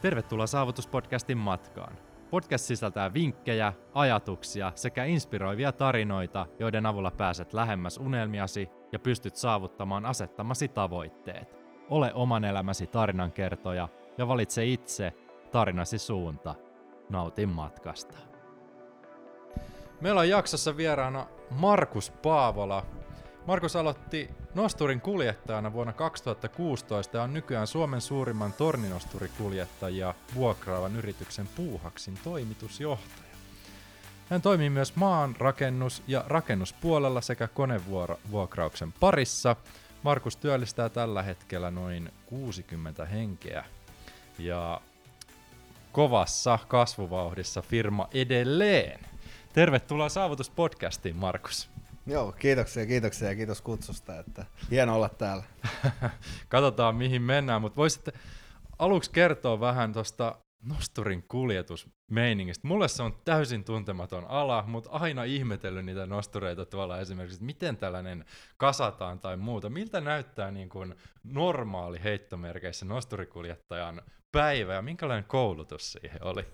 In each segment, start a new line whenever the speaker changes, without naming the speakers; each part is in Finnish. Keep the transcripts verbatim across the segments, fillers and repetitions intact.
Tervetuloa Saavutuspodcastin matkaan. Podcast sisältää vinkkejä, ajatuksia sekä inspiroivia tarinoita, joiden avulla pääset lähemmäs unelmiasi ja pystyt saavuttamaan asettamasi tavoitteet. Ole oman elämäsi tarinankertoja ja valitse itse tarinasi suunta. Nautin matkasta. Meillä on jaksossa vieraana Markus Paavola. Markus aloitti nosturin kuljettajana vuonna kaksituhattakuusitoista ja on nykyään Suomen suurimman torninosturikkuljettajia vuokraavan yrityksen Puuhaksin toimitusjohtaja. Hän toimii myös maan, rakennus- ja rakennuspuolella sekä konevuokrauksen parissa. Markus työllistää tällä hetkellä noin kuusikymmentä henkeä ja kovassa kasvuvauhdissa firma edelleen. Tervetuloa Saavutuspodcastiin, Markus.
Joo, kiitoksia, kiitoksia ja kiitos kutsusta, että hieno olla täällä.
Katsotaan mihin mennään, mutta voisitte aluksi kertoa vähän tuosta nosturin kuljetusmeiningistä. Mulle se on täysin tuntematon ala, mutta aina ihmetellyt niitä nostureita tuolla esimerkiksi, että miten tällainen kasataan tai muuta. Miltä näyttää niin kuin normaali heittomerkeissä nosturikuljettajan päivä ja minkälainen koulutus siihen oli?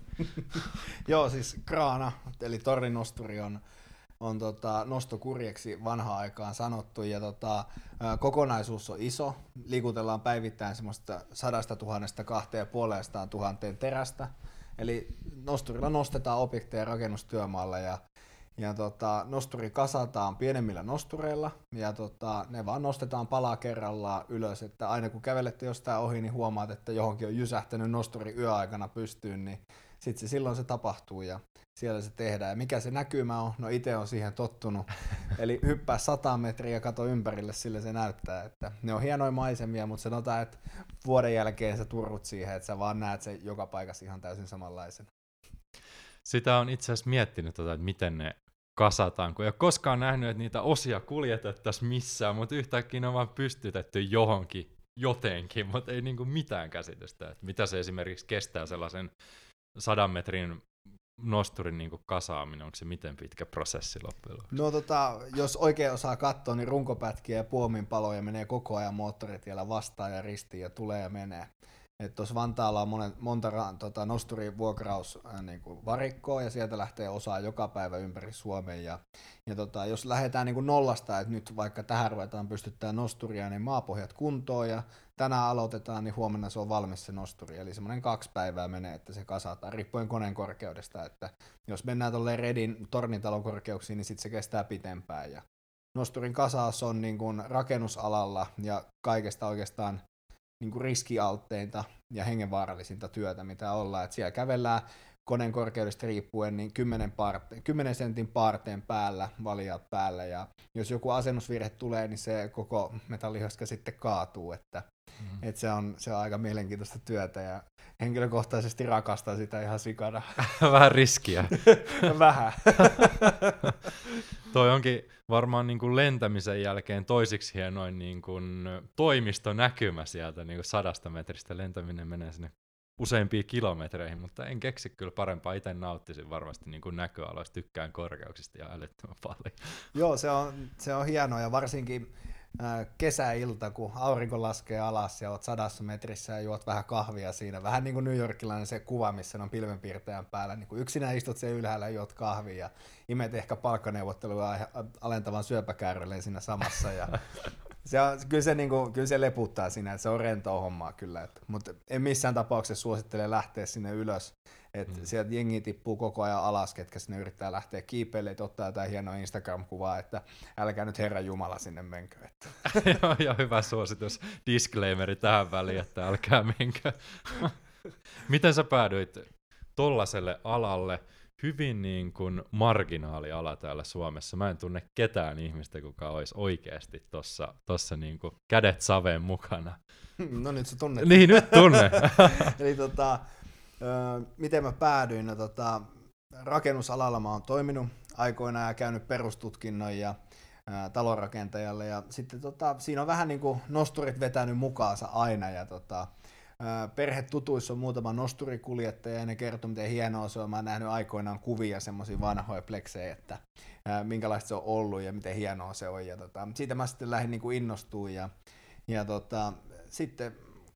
Joo, siis kraana, eli torninosturi on on tota, nostokurjeksi vanhaan aikaan sanottu, ja tota, ä, kokonaisuus on iso. Liikutellaan päivittäin semmoista sadasta tuhannesta kahteen ja puolestaan tuhanteen terästä. Eli nosturilla nostetaan objekteja rakennustyömaalla, ja, ja tota, nosturi kasataan pienemmillä nostureilla, ja tota, ne vaan nostetaan palaa kerrallaan ylös, että aina kun kävelette jostain ohi, niin huomaat, että johonkin on jysähtänyt nosturi yöaikana pystyyn, niin sitten se, silloin se tapahtuu ja siellä se tehdään. Ja mikä se näkymä on? No itse on siihen tottunut. Eli hyppää sata metriä ja kato ympärille, sillä se näyttää. Että ne on hienoja maisemia, mutta sanotaan, että vuoden jälkeen sä turrut siihen, että sä vaan näet sen joka paikassa ihan täysin samanlaisen.
Sitä on itse asiassa miettinyt, tota, että miten ne kasataan, kun ei ole koskaan nähnyt, että niitä osia kuljetettaisiin missään, mutta yhtäkkiä ne on vaan pystytetty johonkin jotenkin, mutta ei niinku mitään käsitystä, että mitä se esimerkiksi kestää sellaisen sadan metrin nosturin niin kuin kasaaminen, onko se miten pitkä prosessi loppujen lopuksi?
No tota, jos oikein osaa katsoa, niin runkopätkiä ja puominpaloja menee koko ajan moottoritiellä vastaan ja ristiin ja tulee ja menee. Tuossa Vantaalla on monen, monta tota, nosturivuokraus äh, niin kuin varikkoa ja sieltä lähtee osaa joka päivä ympäri Suomen. Ja, ja tota, jos lähdetään niin kuin nollasta, että nyt vaikka tähän ruvetaan pystyttää nosturia, niin maapohjat kuntoon ja tänään aloitetaan, niin huomenna se on valmis se nosturi. Eli semmoinen kaksi päivää menee, että se kasataan, riippuen koneen korkeudesta. Että jos mennään tuolleen Redin tornitalon korkeuksiin, niin sitten se kestää pitempään. Ja nosturin kasaus on niin kuin rakennusalalla ja kaikesta oikeastaan niin kuin riskialtteinta ja hengenvaarallisinta työtä, mitä ollaan. Et siellä kävellään koneen korkeudesta riippuen niin kymmenen, parte, kymmenen sentin paarteen päällä, valjaa päällä, ja jos joku asennusvirhe tulee, niin se koko metallihöskä sitten kaatuu, että mm-hmm. et se, on, se on aika mielenkiintoista työtä, ja henkilökohtaisesti rakastan sitä ihan sikana.
Vähän riskiä.
Vähän.
Toi onkin varmaan niin kuin lentämisen jälkeen toisiksi hienoin niin kuin toimistonäkymä sieltä niin kuin sadasta metristä. Lentäminen menee sinne useimpiin kilometreihin, mutta en keksi kyllä parempaa. Itse nauttisin varmasti niin kuin näköaloista, tykkään korkeuksista ja älyttömän paljon.
Joo, se on, se on hienoa ja varsinkin äh, kesäilta, kun aurinko laskee alas ja oot sadassa metrissä ja juot vähän kahvia siinä. Vähän niin kuin New Yorkilainen se kuva, missä on pilvenpiirtäjän päällä. Niin kuin yksinään istut siellä ylhäällä ja juot kahvia ja imet ehkä palkkaneuvottelua alentavan syöpäkäärölleen siinä samassa. Ja se on, kyllä, se, niin kuin, kyllä se leputtaa siinä, että se on rentoa hommaa kyllä. Mutta en missään tapauksessa suosittele lähteä sinne ylös. Et mm. Sieltä jengi tippuu koko ajan alas, ketkä sinne yrittää lähteä kiipeille, että ottaa jotain hienoa Instagram-kuvaa, että älkää nyt Herran Jumala sinne menkö.
Joo, ja hyvä suositus, disclaimeri tähän väliin, että älkää menkö. Miten sä päädyit tollaselle alalle? Hyvin niin kuin marginaaliala täällä Suomessa. Mä en tunne ketään ihmistä, kuka olisi oikeasti tossa, tossa niin kuin kädet saveen mukana.
No nyt sä tunnet.
Niin, nyt tunne.
Eli tota, ö, miten mä päädyin? No, tota, rakennusalalla mä oon toiminut aikoinaan ja käynyt perustutkinnon ja ä, talonrakentajalle. Ja sitten tota, siinä on vähän niin kuin nosturit vetänyt mukaansa aina. Ja tota, perhetutuissa on muutama nosturikuljettaja ja ne kertoo, miten hienoa se on. Mä oon nähnyt aikoinaan kuvia, semmoisia vanhoja pleksejä, että ää, minkälaista se on ollut ja miten hienoa se on. Ja tota, siitä mä sitten lähdin niin kuin innostumaan ja, ja tota, sitten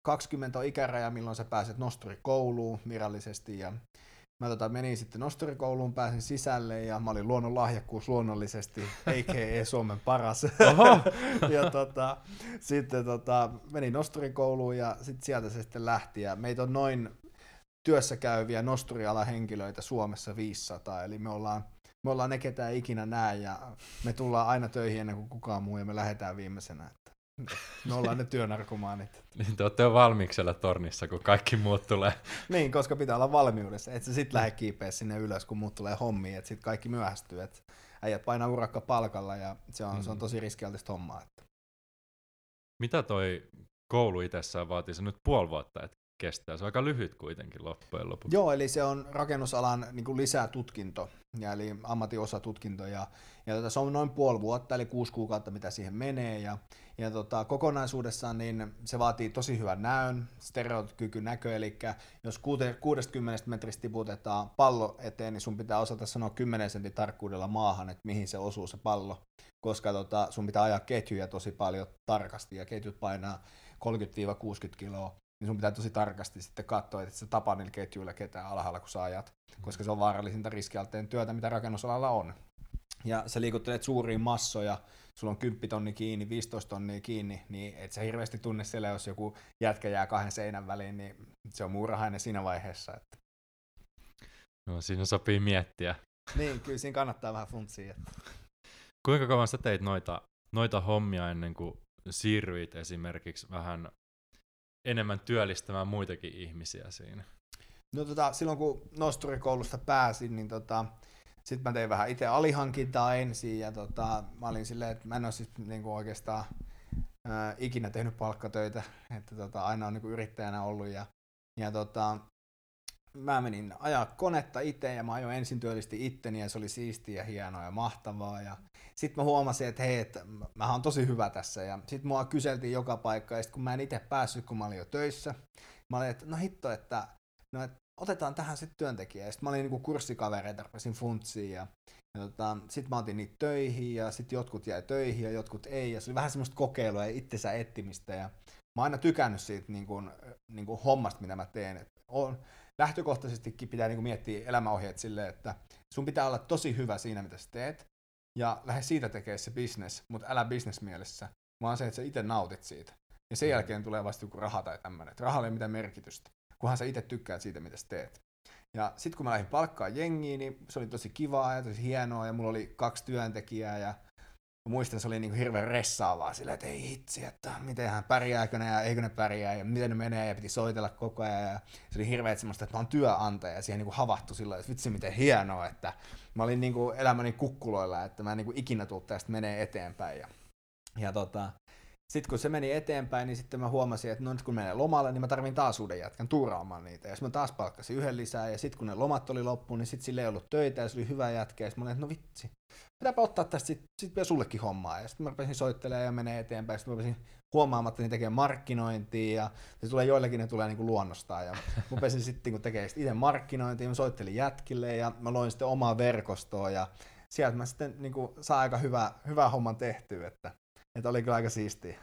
kaksikymmentä on ikäraja, milloin sä pääset nosturikouluun virallisesti, ja mä tota, menin sitten nosturikouluun, pääsin sisälle, ja mä olin luonnonlahjakkuus luonnollisesti, a k a. Suomen paras. ja tota, sitten tota, menin nosturikouluun, ja sitten sieltä se sitten lähti, ja meitä on noin työssä käyviä nosturialan henkilöitä Suomessa viisisataa, eli me ollaan, me ollaan ne, ketä ei ikinä näe, ja me tullaan aina töihin ennen kuin kukaan muu, ja me lähdetään viimeisenä. Että me ollaan ne työnarkomaanit.
Niin te olette jo valmiiksella tornissa, kun kaikki muut tulee.
Niin, koska pitää olla valmiudessa, et sä sit lähde kiipeä sinne ylös, kun muut tulee hommiin, että sit kaikki myöhästyy, että äijät painaa urakka palkalla, ja se on, mm. se on tosi riskialtista hommaa. Että.
Mitä toi koulu itsessään vaatii? Se nyt puoli vuotta, että kestää. Se on aika lyhyt kuitenkin loppujen lopuksi.
Joo, eli se on rakennusalan niin kuin lisätutkinto, ja eli ammatin-osatutkinto, ja, ja tota, se on noin puoli vuotta, eli kuusi kuukautta, mitä siihen menee, ja, ja tota, kokonaisuudessaan niin se vaatii tosi hyvän näön, stereokykynäkö, eli jos kuusikymmentä metristä tiputetaan pallo eteen, niin sun pitää osata sanoa kymmenen sentin tarkkuudella maahan, että mihin se osuu se pallo, koska tota, sun pitää ajaa ketjuja tosi paljon tarkasti, ja ketjut painaa kolmekymmentä kuusikymmentä kiloa, niin sun pitää tosi tarkasti sitten katsoa, että sä tapa niillä ketjuilla ketään alhaalla, kun sä ajat, koska se on vaarallisinta riskialtteen työtä, mitä rakennusalalla on. Ja sä liikuttelet suuriin massoja, sulla on kymmenen tonni kiinni, viisitoista tonnia kiinni, niin et sä hirveästi tunne siellä, jos joku jätkä jää kahden seinän väliin, niin se on muurahainen siinä vaiheessa. Että.
No siinä sopii miettiä.
Niin, kyllä siinä kannattaa vähän funtsia. Että.
Kuinka kauan sä teit noita, noita hommia ennen kuin siirryit esimerkiksi vähän enemmän työllistämään muitakin ihmisiä siinä?
No tota, silloin kun nosturikoulusta pääsin, niin tota, sitten mä tein vähän itse alihankintaa ensin, ja tota, mä olin silleen, että mä en ole siis niinku oikeastaan ää, ikinä tehnyt palkkatöitä, että tota, aina on niinku yrittäjänä ollut, ja, ja tota, mä menin ajaa konetta itse, ja mä ajoin ensin työllisti itteni, ja se oli siistiä ja hienoa ja mahtavaa, ja sitten mä huomasin, että hei, että mä oon tosi hyvä tässä, ja sitten mua kyseltiin joka paikka, ja sitten kun mä en itse päässyt, kun mä olin jo töissä, mä olin, että no hitto, että no, et otetaan tähän sitten työntekijä, ja sitten mä olin niinku kurssikavereita, rupesin funtsiin, ja, ja tota, sitten mä otin niitä töihin, ja sitten jotkut jäi töihin, ja jotkut ei, ja se oli vähän semmoista kokeilua ja itsensä etsimistä, ja mä oon aina tykännyt siitä niin kuin, niin kuin hommasta, mitä mä teen, että on, lähtökohtaisestikin pitää niin kuin miettiä elämäohjeet silleen, että sun pitää olla tosi hyvä siinä, mitä sä teet, ja lähde siitä tekemään se business, mutta älä business-mielessä, vaan se, että sä itse nautit siitä. Ja sen jälkeen tulee vasta joku raha tai tämmöinen, että rahalla ei ole mitään merkitystä, kunhan sä itse tykkäät siitä, mitä sä teet. Ja sitten kun mä lähdin palkkaan jengiin, niin se oli tosi kivaa ja tosi hienoa, ja mulla oli kaksi työntekijää, ja muistan, se oli niin kuin hirveän ressaavaa sillä, että ei hitsi, että mitenhän pärjääkö ne ja eikö ne pärjää ja miten ne menee ja piti soitella koko ajan. Ja se oli hirveän semmoista, että mä oon työnantaja ja siihen niin kuin havahtui silloin, että vitsi miten hienoa, että mä olin niin kuin elämäni kukkuloilla, että mä en niin kuin ikinä tuu tästä menee eteenpäin. Ja, ja tota, sitten kun se meni eteenpäin, niin sitten mä huomasin, että no nyt kun menee lomalle, niin mä tarvin taas uuden jätkän tuuraamaan niitä. Ja sitten mä taas palkkasin yhden lisää, ja sitten kun ne lomat oli loppuun, niin sitten sillä ei ollut töitä, ja se oli hyvä jätkä, ja sitten mä olin, että no vitsi, pitääpä ottaa tästä sitten sit vielä sullekin hommaa. Ja sitten mä rupesin soittelemaan ja menee eteenpäin, sitten mä rupesin huomaamatta niin tekemään markkinointia, ja se tulee joillakin, ne tulee niinku luonnostaan. Ja mä rupesin sitten niinku tekemään itse markkinointia, mä soittelin jätkille, ja mä loin sitten omaa verkostoa, ja sieltä mä sitten niinku saan aika hyvää, hyvää homman tehtyä, että Että oli kyllä aika siistiä.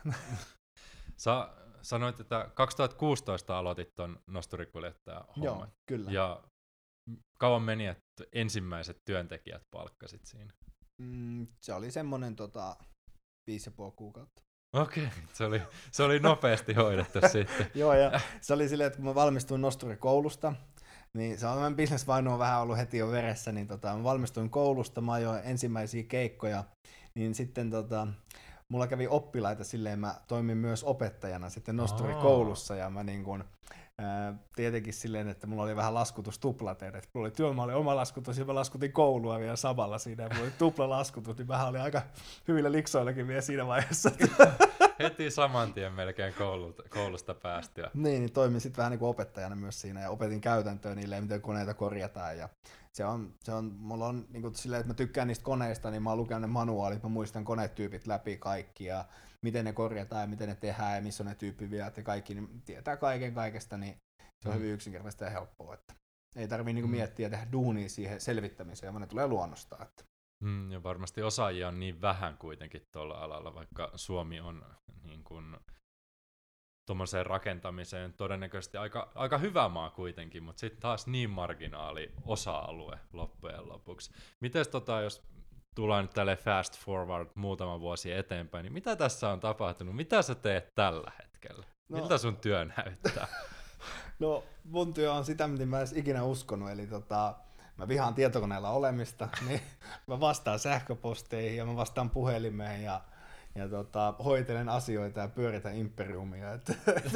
Sä sanoit, että kaksituhattakuusitoista aloitit ton nosturikuljettajan homman.
Joo, kyllä.
Ja kauan meni, että ensimmäiset työntekijät palkkasit siinä?
Mm, se oli semmoinen tota, viisi ja puoli kuukautta.
Okei, okay. se, oli, se oli nopeasti hoidettu sitten.
Joo, ja se oli silleen, että kun mä valmistuin nosturikoulusta, niin se on business-vainu on vähän ollut heti jo veressä, niin tota, mä valmistuin koulusta, mä ajoin ensimmäisiä keikkoja, niin sitten tota, mulla kävi oppilaita silleen, mä toimin myös opettajana sitten nosturikoulussa, ja mä niin kun, ää, tietenkin silleen, että mulla oli vähän laskutustuplateet, että mulla oli työmaa, oli oma laskutus, ja mä laskutin koulua vielä samalla siinä, ja mulla oli tupla laskutus, niin vähän oli aika hyvillä liksoillakin vielä siinä vaiheessa.
Heti saman tien melkein koulusta, koulusta päästyä.
Niin, niin toimin sitten vähän niin kuin opettajana myös siinä, ja opetin käytäntöön niille, miten koneita korjataan, ja se on, se on, mulla on niin kuin silleen, että mä tykkään niistä koneista, niin mä oon lukenut ne manuaalit, mä muistan konetyypit läpi kaikki, ja miten ne korjataan, ja miten ne tehdään, ja missä on ne tyyppiviat ja kaikki, niin tietää kaiken kaikesta, niin se on mm. hyvin yksinkertaista ja helppoa, että ei tarvii niin kuin mm. miettiä ja tehdä duunia siihen selvittämiseen, vaan ne tulee luonnostaan. Että.
Mm, ja varmasti osaajia on niin vähän kuitenkin tuolla alalla, vaikka Suomi on niin kuin tuommoiseen rakentamiseen todennäköisesti aika, aika hyvä maa kuitenkin, mutta sitten taas niin marginaali osa-alue loppujen lopuksi. Mites tota, jos tullaan nyt tälle fast forward muutama vuosi eteenpäin, niin mitä tässä on tapahtunut? Mitä sä teet tällä hetkellä? No, miltä sun työ näyttää?
No mun työ on sitä, mitä mä en edes ikinä uskonut, eli tota, mä vihaan tietokoneella olemista, niin mä vastaan sähköposteihin ja mä vastaan puhelimeen ja, ja tota, hoitelen asioita ja pyöritän imperiumia. Et,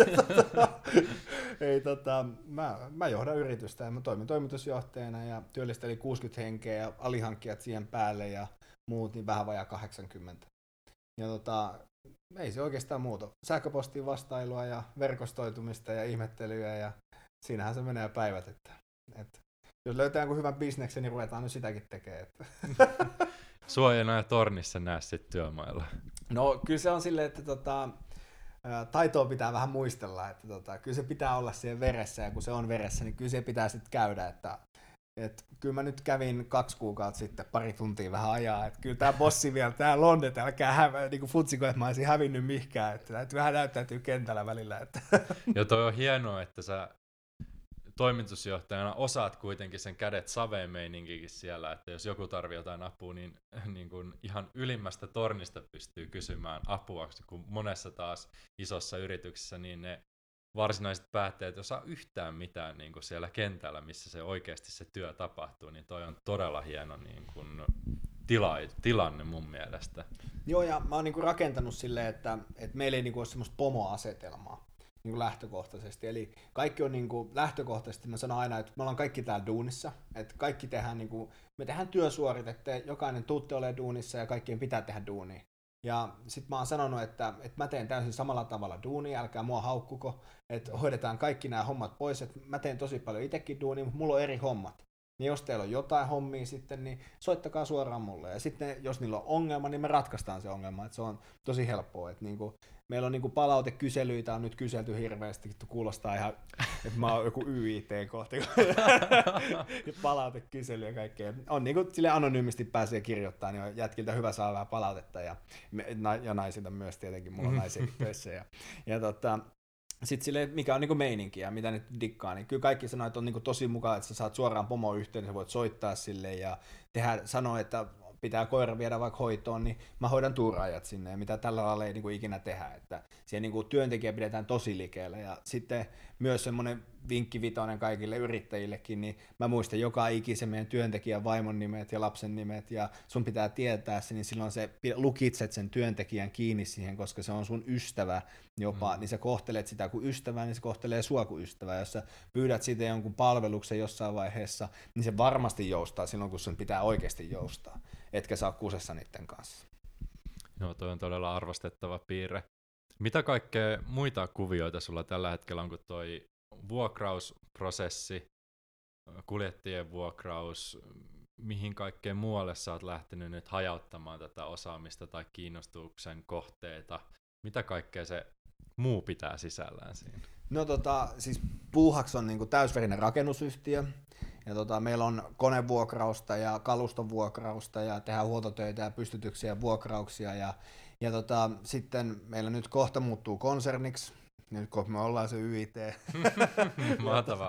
ei, tota, mä, mä johdan yritystä ja mä toimin toimitusjohtajana ja työllistän kuusikymmentä henkeä ja alihankkijat siihen päälle ja muut, niin vähän vajaa kahdeksankymmentä. Ja tota, ei se oikeastaan muuta. Sähköpostiin vastailua ja verkostoitumista ja ihmettelyä ja siinähän se menee päivät. Että, että jos löytää jonkun hyvän bisneksen, niin ruvetaan nyt sitäkin tekemään.
Suojana ja tornissa näe sitten työmailla.
No kyllä se on silleen, että tota, taitoa pitää vähän muistella. Että tota, kyllä se pitää olla siellä veressä ja kun se on veressä, niin kyllä se pitää sitten käydä. Että, et, kyllä mä nyt kävin kaksi kuukautta sitten pari tuntia vähän ajaa. Että kyllä tämä bossi vielä täällä on, että älkää hävä, niin kuin futsiko, että mä olisin hävinnyt mihinkään. Että täytyy vähän näyttäytyy kentällä välillä. Että.
Ja toi on hienoa, että sä toimitusjohtajana osaat kuitenkin sen kädet saveen meininkikin siellä, että jos joku tarvitsee jotain apua, niin, niin kun ihan ylimmästä tornista pystyy kysymään apua, kun monessa taas isossa yrityksessä niin ne varsinaiset päättäjät ei osaa yhtään mitään niin kuin siellä kentällä, missä se oikeasti se työ tapahtuu, niin toi on todella hieno niin kun tila, tilanne mun mielestä.
Joo, ja mä oon niin kuin rakentanut silleen, että, että meillä ei niin kuin ole semmoista pomoasetelmaa. Niin kuin lähtökohtaisesti. Eli kaikki on niin kuin lähtökohtaisesti, mä sanon aina, että me ollaan kaikki täällä duunissa, että kaikki tehdään, niin kuin, me tehdään työsuoritetta, jokainen tuutte olemaan duunissa ja kaikkien pitää tehdä duunia. Ja sit mä oon sanonut, että, että mä teen täysin samalla tavalla duunia, älkää mua haukkuko, että hoidetaan kaikki nämä hommat pois, että mä teen tosi paljon itsekin duunia, mutta mulla on eri hommat. Niin jos teillä on jotain hommia sitten, niin soittakaa suoraan mulle. Ja sitten jos niillä on ongelma, niin me ratkaistaan se ongelma. Että se on tosi helppoa. Että niinku, meillä on niinku palautekyselyitä, on nyt kyselty hirveästi, että kuulostaa ihan, että mä oon joku Y I T-kohti. Palautekysely ja kaikkea. On niinku sille anonyymisti pääsee kirjoittamaan, niin on jätkiltä hyvä saada vähän palautetta. Ja, ja naisilta myös tietenkin, mulla on naisiakin töissä. Ja, ja tota, sitten silleen, mikä on niinku meininki ja mitä nyt dikkaa, niin kyllä kaikki sanoo, että on niinku tosi mukaan, että sä saat suoraan pomoon yhteen, sä voit soittaa sille ja tehdä, sanoa, että pitää koira viedä vaikka hoitoon, niin mä hoidan tuuraajat sinne, ja mitä tällä lailla ei niinku ikinä tehdä, että siellä niinku työntekijä pidetään tosi liikkeellä, ja sitten myös semmoinen vinkki vitoinen kaikille yrittäjillekin, niin mä muistan joka ikisen meidän työntekijän vaimon nimet ja lapsen nimet, ja sun pitää tietää se, niin silloin se lukitset sen työntekijän kiinni siihen, koska se on sun ystävä jopa, mm. niin sä kohtelet sitä kuin ystävää, niin se kohtelee sua kuin ystävää. Jos sä pyydät siitä jonkun palveluksen jossain vaiheessa, niin se varmasti joustaa silloin, kun sun pitää oikeasti joustaa, etkä saa kusessa niiden kanssa.
Joo, toi on todella arvostettava piirre. Mitä kaikkea muita kuvioita sulla tällä hetkellä on kuin toi vuokrausprosessi, kuljettajien vuokraus, mihin kaikkeen muualle sä oot lähtenyt nyt hajauttamaan tätä osaamista tai kiinnostuksen kohteita? Mitä kaikkea se muu pitää sisällään siinä?
No tota, siis Puuhaks on niinku täysverinen rakennusyhtiö, ja tota, meillä on konevuokrausta ja kaluston vuokrausta ja tehdään huoltotöitä ja pystytyksiä ja vuokrauksia, ja, ja tota, sitten meillä nyt kohta muuttuu konserniksi, nyt kun me ollaan se Y I T.
Mahtavaa.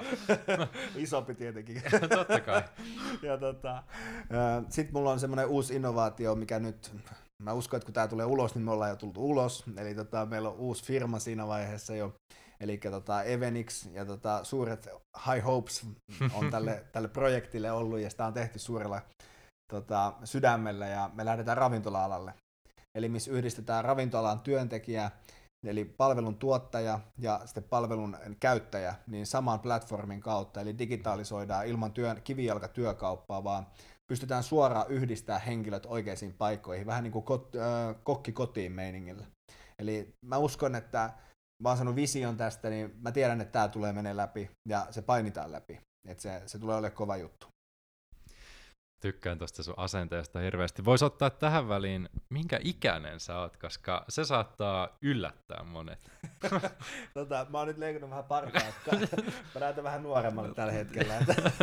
Isompi tietenkin.
Totta kai.
Ja tota, sitten mulla on semmoinen uusi innovaatio, mikä nyt, mä uskon, että kun tää tulee ulos, niin me ollaan jo tultu ulos. Eli tota, meillä on uusi firma siinä vaiheessa jo, eli tota Evenix, ja tota, suuret high hopes on tälle, tälle projektille ollut, ja sitä on tehty suurella tota, sydämellä, ja me lähdetään ravintola-alalle. Eli missä yhdistetään ravintola-alan työntekijä, eli palvelun tuottaja ja sitten palvelun käyttäjä, niin saman platformin kautta, eli digitalisoidaan ilman työn, kivijalkatyökauppaa, vaan pystytään suoraan yhdistämään henkilöt oikeisiin paikkoihin, vähän niin kuin kot, äh, kokki kotiin meiningillä. Eli mä uskon, että mä oon saanut vision tästä, niin mä tiedän, että tämä tulee menee läpi ja se painitaan läpi, että se, se tulee olemaan kova juttu.
tykkään tuosta sun asenteesta hirveästi. Vois ottaa tähän väliin, minkä ikäinen sä oot, koska se saattaa yllättää monet.
tota, mä oon nyt leikannut vähän partaa. Mä näytän vähän nuoremmalle tällä hetkellä.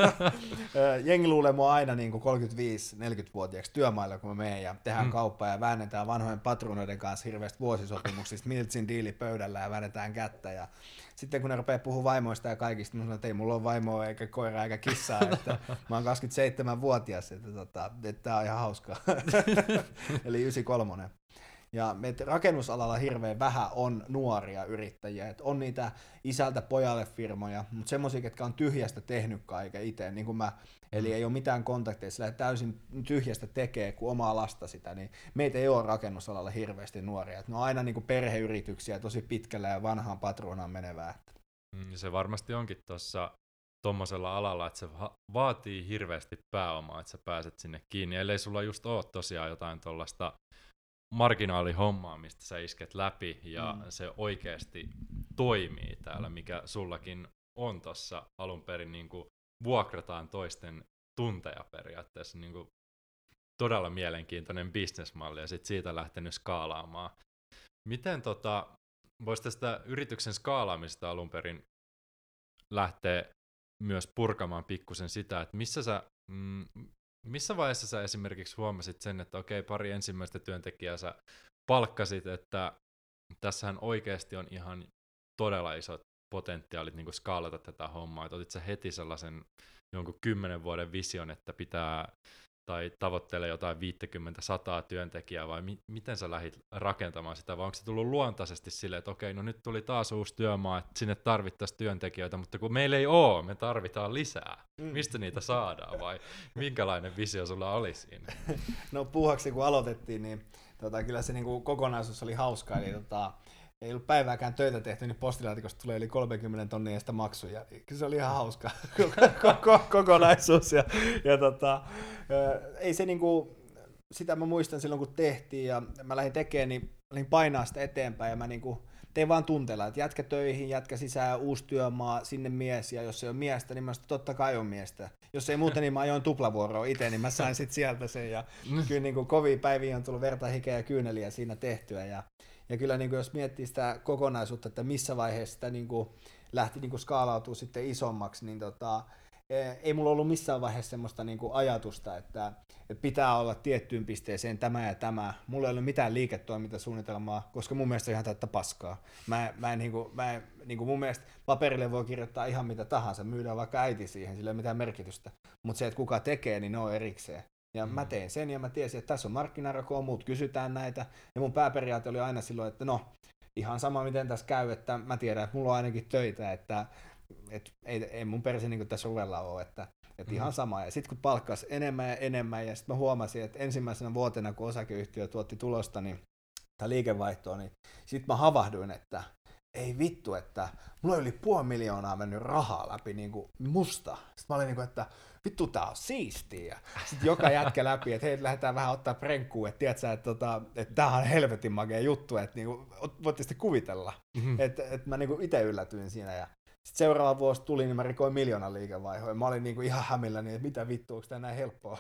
Jengi luulee mua aina niin kuin kolmekymmentäviisi-neljäkymmentävuotiaaksi työmailla, kun mä menen ja tehdään mm. kauppaa ja väännetään vanhojen patruunoiden kanssa hirveästi vuosisopimuksista, Miltsin diili pöydällä ja väännetään kättä. Ja sitten kun ne rupeaa puhumaan vaimoista ja kaikista, mä sanon, että ei mulla ole vaimoa eikä koiraa eikä kissaa, että mä oon kaksikymmentäseitsemänvuotias, että, tota, että tää on ihan hauskaa. Eli yhdeksänkymmentäkolme. Ja meitä rakennusalalla hirveän vähän on nuoria yrittäjiä, että on niitä isältä pojalle firmoja, mutta semmoisia, ketkä on tyhjästä tehnyt kaiken itse, niin kuin mä, eli mm. ei ole mitään kontakteja, sillä täysin tyhjästä tekee kuin omaa lasta sitä, niin meitä ei ole rakennusalalla hirveästi nuoria, että ne on aina niin kuin perheyrityksiä, tosi pitkällä ja vanhaan patruunaan menevää.
Mm, se varmasti onkin tuossa tuommoisella alalla, että se vaatii hirveästi pääomaa, että sä pääset sinne kiinni, ellei sulla just ole tosiaan jotain tuollaista marginaalihommaa, mistä sä isket läpi ja mm. se oikeasti toimii täällä, mikä sullakin on tuossa alun perin, niin kuin vuokrataan toisten tunteja periaatteessa, niin kuin todella mielenkiintoinen bisnesmalli ja sit siitä lähtenyt skaalaamaan. Miten tota, voisi tästä yrityksen skaalaamista alun perin lähteä myös purkamaan pikkusen sitä, että missä sä, mm, missä vaiheessa sä esimerkiksi huomasit sen, että okei, pari ensimmäistä työntekijää sä palkkasit, että tässähän oikeasti on ihan todella isot potentiaalit niin kuin skaalata tätä hommaa, että otit sä heti sellaisen jonkun kymmenen vuoden vision, että pitää tai tavoittelee jotain viisikymmentä sataa työntekijää, vai mi- miten sä lähdit rakentamaan sitä, vai onko se tullut luontaisesti silleen, että okei, no nyt tuli taas uusi työmaa, että sinne tarvittaisiin työntekijöitä, mutta kun meillä ei ole, me tarvitaan lisää. Mm. Mistä niitä saadaan, vai minkälainen visio sulla oli siinä?
No puuhaksi kun aloitettiin, niin tota, kyllä se niinku kokonaisuus oli hauska, eli tota, ei ollut päivääkään töitä tehty, niin postilaatikosta tulee yli kolmekymmentä tonnia sitä maksuja. Kyllä se oli ihan hauska kokonaisuus. Ja, ja tota, ei se niinku, sitä mä muistan silloin kun tehtiin ja mä lähdin tekemään, niin lähdin painaa sitä eteenpäin ja mä niinku tein vaan tunteella, että jätkä töihin, jätkä sisään, uusi työmaa, sinne mies, ja jos ei ole miestä, niin mä sanoin, totta kai on miestä. Jos ei muuten, niin mä ajoin tuplavuoroa itse, niin mä sain sit sieltä sen, ja kyllä niin kuin kovia päiviä on tullut verta, hikeä ja kyyneliä siinä tehtyä, ja, ja kyllä niin kuin jos miettii sitä kokonaisuutta, että missä vaiheessa sitä niin kuin lähti niin kuin skaalautua sitten isommaksi, niin tota, ei mulla ollut missään vaiheessa semmoista niin kuin ajatusta, että, että pitää olla tiettyyn pisteeseen tämä ja tämä. Mulla ei ole mitään liiketoimintasuunnitelmaa, koska mun mielestä se on ihan täyttä paskaa. Mä, mä en, niin kuin, mä en, niin kuin mun mielestä paperille voi kirjoittaa ihan mitä tahansa, myydään vaikka äiti siihen, sillä ei ole mitään merkitystä. Mutta se, että kuka tekee, niin ne on erikseen. Ja mm. mä tein sen ja mä tiesin, että tässä on markkinarako, muut kysytään näitä. Ja mun pääperiaate oli aina silloin, että no, ihan sama miten tässä käy, että mä tiedän, että mulla on ainakin töitä, että et ei, ei mun perse niin tässä ruvella ole, että et mm. ihan sama. Ja sitten kun palkkasi enemmän ja enemmän, ja sitten mä huomasin, että ensimmäisenä vuotena, kun osakeyhtiö tuotti tulosta, niin, tai liikevaihtoa, niin sitten mä havahduin, että ei vittu, että mulla on yli puoli miljoonaa mennyt rahaa läpi niin kuin musta. Sitten mä olin niin kuin, että vittu tää on siistiä. Sitten joka jätkä läpi, että hei, lähdetään vähän ottaa prenkkuun, että tiedätkö, että, tota, että tää on helvetin magea juttu, että niin kuin, voitte sitten kuvitella. Mm-hmm. Että, että mä niin kuin itse yllätyin siinä ja sitten seuraava vuosi tuli, niin mä rikoin miljoonan liikevaihtoa. Mä olin niinku ihan hämilläni, että mitä vittu, onko tää näin helppoa?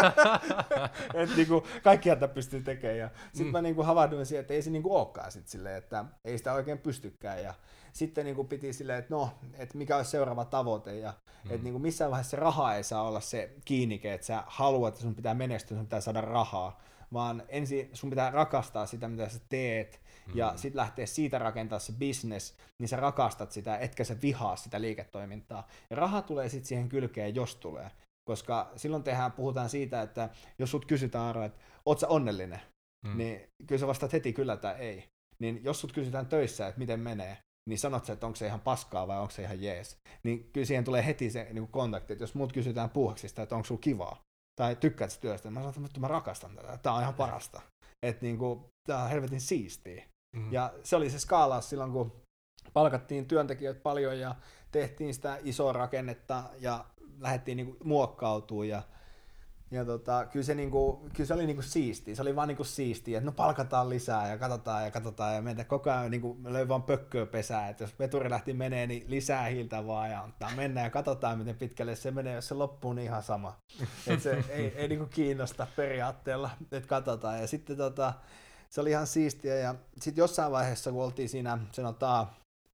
Että niinku, kaikkihan tätä pystyy tekemään. Sitten mm. mä niinku havahduin siihen, että ei se niinku olekaan sit silleen, että ei sitä oikein pystykään. Ja sitten niinku piti silleen, että no, että mikä olisi seuraava tavoite. Ja mm. että niinku missään vaiheessa se raha ei saa olla se kiinnike, että sä haluat, että sun pitää menestyä, sun pitää saada rahaa. Vaan ensin sun pitää rakastaa sitä, mitä sä teet, ja mm. sitten lähtee siitä rakentaa se business, niin sä rakastat sitä, etkä sä vihaa sitä liiketoimintaa. Ja raha tulee sitten siihen kylkeen, jos tulee. Koska silloin tehdään, puhutaan siitä, että jos sut kysytään, Aaro, että oot sä onnellinen, mm. niin kyllä sä vastaat heti kyllä tai ei. Niin jos sut kysytään töissä, että miten menee, niin sanot sä, että onko se ihan paskaa vai onko se ihan jees. Niin kyllä siihen tulee heti se niin kontakti, että jos mut kysytään puuhaksista, että onko sulla kivaa, tai tykkäät sä työstä, niin mä sanon, että mä rakastan tätä, tää on ihan parasta. Että niinku, tää on helvetin siistiä. Mm-hmm. Ja se oli se skaalaus silloin, kun palkattiin työntekijöitä paljon ja tehtiin sitä isoa rakennetta ja lähdettiin niinku muokkautumaan. Ja, Ja tota, kyllä, se niinku, kyllä se oli niinku siistiä, se oli vaan niinku siistiä, että no palkataan lisää ja katsotaan ja katsotaan ja meitä koko ajan niinku, me löi vaan pökköä pesää, että jos veturi lähti menee, niin lisää hiiltä vaan ja antaa mennä ja katsotaan miten pitkälle se menee, jos se loppuu niin ihan sama. Että se ei, ei niinku kiinnosta periaatteella, että katsotaan ja sitten tota, se oli ihan siistiä ja sitten jossain vaiheessa kun oltiin siinä sanotaan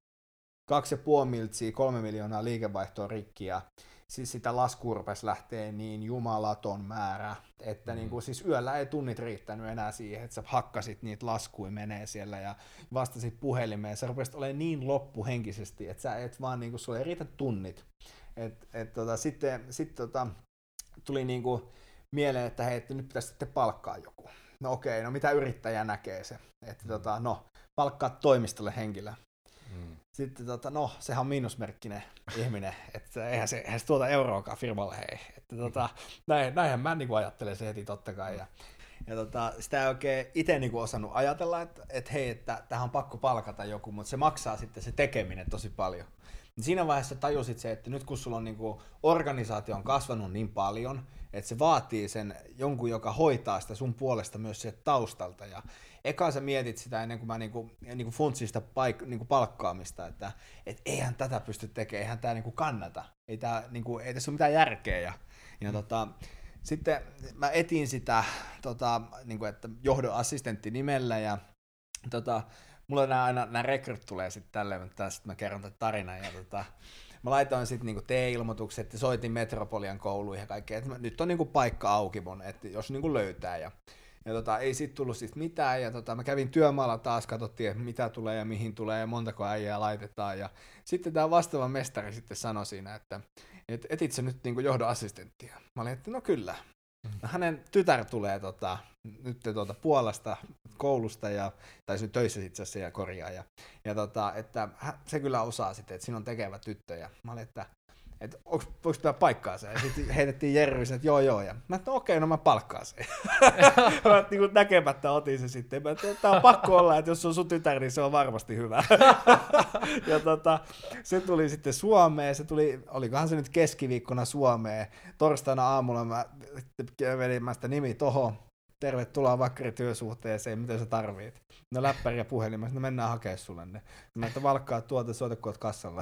kaksi ja puoli miltsiä, kolme miljoonaa liikevaihtoa rikki ja siis sitä laskua rupesi lähtee niin jumalaton määrä, että mm. niin kuin, siis yöllä ei tunnit riittänyt enää siihen, että sä hakkasit niitä laskuja menee siellä ja vastasit puhelimeen. Sä rupesit olemaan niin loppuhenkisesti, että sä et vaan, niin kuin, sulle ei riitä tunnit. Et, et, tota, sitten sit, tota, tuli niin kuin, mieleen, että hei, että nyt pitäisi sitten palkkaa joku. No okei, no mitä yrittäjä näkee se? Että mm. tota, no, palkkaa toimistolle henkilö. Mm. Sitten tota, no, sehän on miinusmerkkinen ihminen, että eihän se, eihän se tuota euroakaan firmalle hei. Että tota, näin, näinhän mä niin kuin ajattelen se heti totta kai. Ja, ja tota, sitä ei oikein itse niin kuin osannut ajatella, että, että hei, että tähän on pakko palkata joku, mutta se maksaa sitten se tekeminen tosi paljon. Siinä vaiheessa tajusit se, että nyt kun sulla on niin kuin, organisaatio on kasvanut niin paljon, että se vaatii sen jonkun, joka hoitaa sitä sun puolesta myös sieltä taustalta. Ja eka sä mietit sitä ennen kuin mä niinku, niinku funtsin sitä paik- niinku palkkaamista, että et eihän tätä pysty tekemään, eihän tää niinku kannata, ei, tää, niinku, ei tässä ole mitään järkeä. Ja, ja tota, sitten mä etin sitä tota, niinku, että johdon assistentti nimellä ja tota, mulla nämä aina nämä rekryt tulee sitten tälleen, mutta sitten mä kerron tämän tarinan ja tota, mä laitoin sitten niinku T-ilmoitukset ja soitin Metropolian kouluihin ja kaikkea, että nyt on niinku paikka auki mun, että jos niinku löytää ja Ja tota, ei siitä tullut siis mitään, ja tota, mä kävin työmaalla taas, katsottiin, että mitä tulee ja mihin tulee, ja montako äijää laitetaan, ja sitten tämä vastaava mestari sitten sanoi siinä, että et, etit sä nyt niinku johdon assistenttia? Mä olin, että no kyllä. No, hänen tytär tulee tota, nyt tuota Puolasta koulusta, ja, tai se töissä itse asiassa siellä korjaa, ja, ja tota, että se kyllä osaa sitten, että siinä on tekevä tyttö, ja mä olin, että että voiko pitää paikkaa se? Ja sitten heitettiin Jerrysen, että joo joo. Ja mä että no okei, no mä palkkaan sen. Mä niin näkemättä otin se sitten. Mä että tää on pakko olla, että jos se on sun tytär, niin se on varmasti hyvä. Ja tota, se tuli sitten Suomeen. Se tuli, olikohan se nyt keskiviikkona Suomeen. Torstaina aamulla mä vedin mä sitä nimi tohon. Tervetuloa Vakkari työsuhteeseen, mitä sä tarvit? No läppäri ja puhelin, no mennään hakemaan sulle ne. Mä että valkkaa tuolta, soita kun oot kassalla.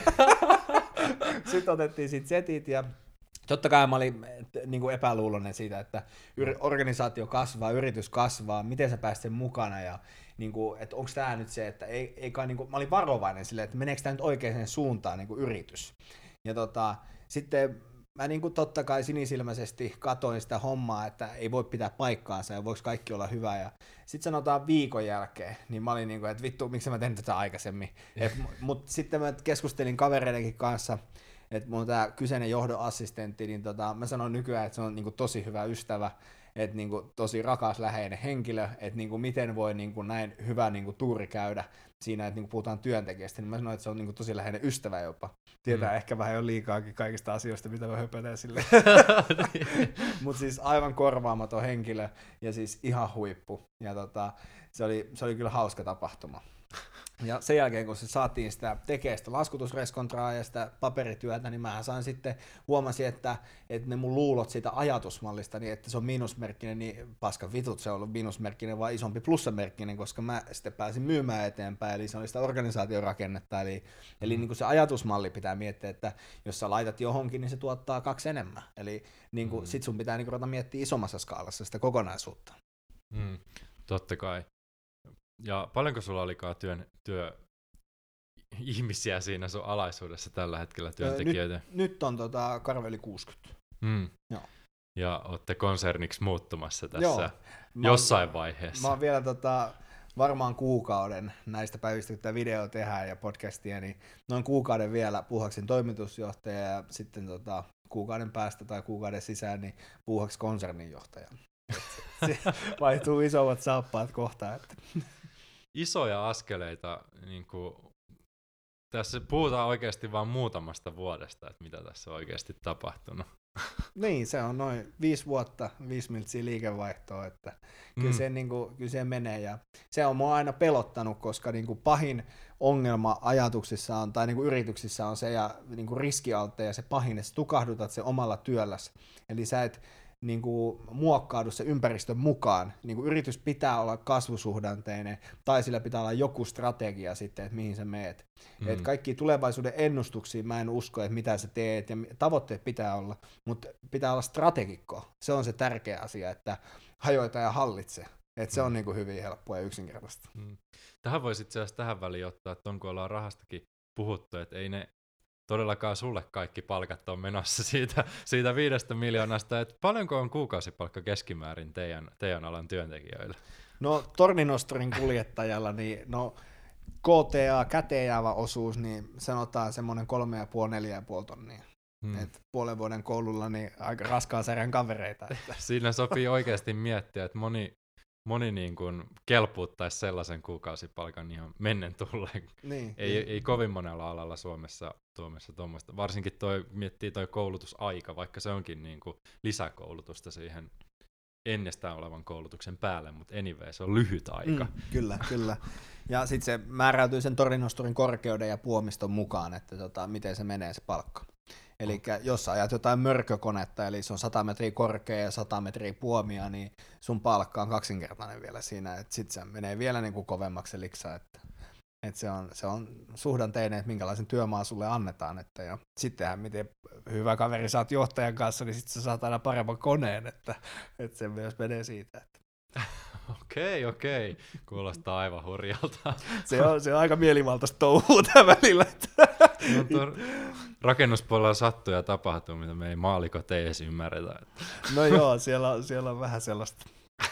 Sitten otettiin sit setit ja totta kai mä olin niin kuin epäluuloinen siitä, että organisaatio kasvaa, yritys kasvaa, miten sä pääset sen mukana ja niin kuin, että onko tämä nyt se, että ei, ei kai, niin kuin, mä olin varovainen silleen, että meneekö tämä nyt oikeaan suuntaan niin kuin yritys. Ja tota, sitten mä niin kuin totta kai sinisilmäisesti katoin sitä hommaa, että ei voi pitää paikkaansa ja voiko kaikki olla hyvä. Ja sitten sanotaan viikon jälkeen, niin mä olin niin kuin, että vittu, miksi mä tein tätä aikaisemmin. Mutta sitten mä keskustelin kavereidenkin kanssa, että mun tämä kyseinen johdon assistentti, niin tota, mä sanon nykyään, että se on niin kuin tosi hyvä ystävä, että niin kuin tosi rakas läheinen henkilö, että niin kuin miten voi niin kuin näin hyvä niin kuin tuuri käydä siinä, että niin kuin puhutaan työntekijästä, niin mä sanoin, että se on niin kuin tosi läheinen ystävä jopa. Tietää mm. ehkä vähän jo liikaakin kaikista asioista, mitä mä höpötän sille. Mutta siis aivan korvaamaton henkilö ja siis ihan huippu. Ja tota, se, oli, se oli kyllä hauska tapahtuma. Ja sen jälkeen, kun se saatiin sitä tekemään sitä laskutusreskontraa ja sitä paperityötä, niin mä sain sitten, huomasin, että, että ne mun luulot siitä ajatusmallista, niin että se on miinusmerkkinen, niin paska vitut, se on ollut miinusmerkkinen, vaan isompi plussamerkkinen, koska mä sitten pääsin myymään eteenpäin, eli se oli sitä organisaatiorakennetta, eli, eli niin kuin se ajatusmalli pitää miettiä, että jos sä laitat johonkin, niin se tuottaa kaksi enemmän, eli niin kuin, mm. sit sun pitää niin kuin ruveta miettiä isommassa skaalassa sitä kokonaisuutta.
Mm, totta kai. Ja paljonko sulla olikaan työn, työ ihmisiä siinä sun alaisuudessa tällä hetkellä, työntekijöitä?
Nyt, nyt on tota, karve yli kuusikymmentä.
Mm.
Joo.
Ja olette konserniksi muuttumassa tässä Joo. jossain mä, vaiheessa.
Mä oon vielä tota, varmaan kuukauden näistä päivistä, kun tämä video tehdään ja podcastia, niin noin kuukauden vielä Puuhaksin toimitusjohtaja ja sitten tota, kuukauden päästä tai kuukauden sisään niin Puuhaks konserninjohtaja. Se vaihtuu isommat saappaat kohta. Että.
Isoja askeleita, niin kuin, tässä puhutaan oikeasti vain muutamasta vuodesta, että mitä tässä on oikeasti tapahtunut.
Niin, se on noin viisi vuotta, viisi miltsiä liikevaihtoa, että kyllä, mm. se, niin kuin, kyllä se menee. Ja se on mua aina pelottanut, koska niin kuin pahin ongelma ajatuksissa on, tai niin kuin yrityksissä on se, ja niin kuin riskialtte ja se pahin, että tukahdutat se omalla työlläsi. Eli sä et niin kuin muokkaudu se ympäristön mukaan. Niin kuin yritys pitää olla kasvusuhdanteinen, tai sillä pitää olla joku strategia sitten, että mihin sä meet. Mm. Et kaikki tulevaisuuden ennustuksia mä en usko, että mitä sä teet, ja tavoitteet pitää olla, mutta pitää olla strategikko. Se on se tärkeä asia, että hajoita ja hallitse. Et se on niin kuin hyvin helppoa ja yksinkertaista.
Mm. Tähän voisi itse asiassa tähän väliin ottaa, että on kun ollaan rahastakin puhuttu, että ei ne todellakaan sulle kaikki palkat on menossa siitä, siitä viidestä miljoonasta, että paljonko on kuukausipalkka keskimäärin teidän, teidän alan työntekijöille?
No torninostorin kuljettajalla, niin no K T A käteen jäävä osuus, niin sanotaan semmoinen kolme ja puoli, neljä ja puoli tonnia. Hmm. Et puolen vuoden koululla niin aika raskaan sarjan kavereita. Että.
Siinä sopii oikeasti miettiä, että moni, moni niin kuin kelpuuttaisi sellaisen kuukausipalkan ihan mennen tulleen. Niin, ei, niin. ei kovin monella alalla Suomessa Suomessa tuommoista. Varsinkin toi, miettii toi koulutusaika, vaikka se onkin niin kuin lisäkoulutusta siihen ennestään olevan koulutuksen päälle, mutta anyway, se on lyhyt aika.
Mm, kyllä, kyllä. Ja sitten se määräytyy sen torinosturin korkeuden ja puomiston mukaan, että tota, miten se menee se palkka. Eli okay. Jos sä ajat jotain mörkökonetta, eli se on sata metriä korkea ja sata metriä puomia, niin sun palkka on kaksinkertainen vielä siinä, että sit se menee vielä niin kuin kovemmaksi se liksa, että, että se, on, se on suhdanteinen, että minkälaisen työmaan sulle annetaan, että ja sittenhän miten hyvä kaveri sä oot johtajan kanssa, niin sitten sä saat aina paremman koneen, että, että se myös menee siitä. Että.
Okei, okei. Kuulostaa aivan hurjalta.
Se on, se on aika mielivaltaista touhua tämän välillä.
No, tuo rakennuspuolella sattuu ja tapahtuu, mitä me ei maalikot ei edes ymmärretä.
No joo, siellä on, siellä on vähän sellaista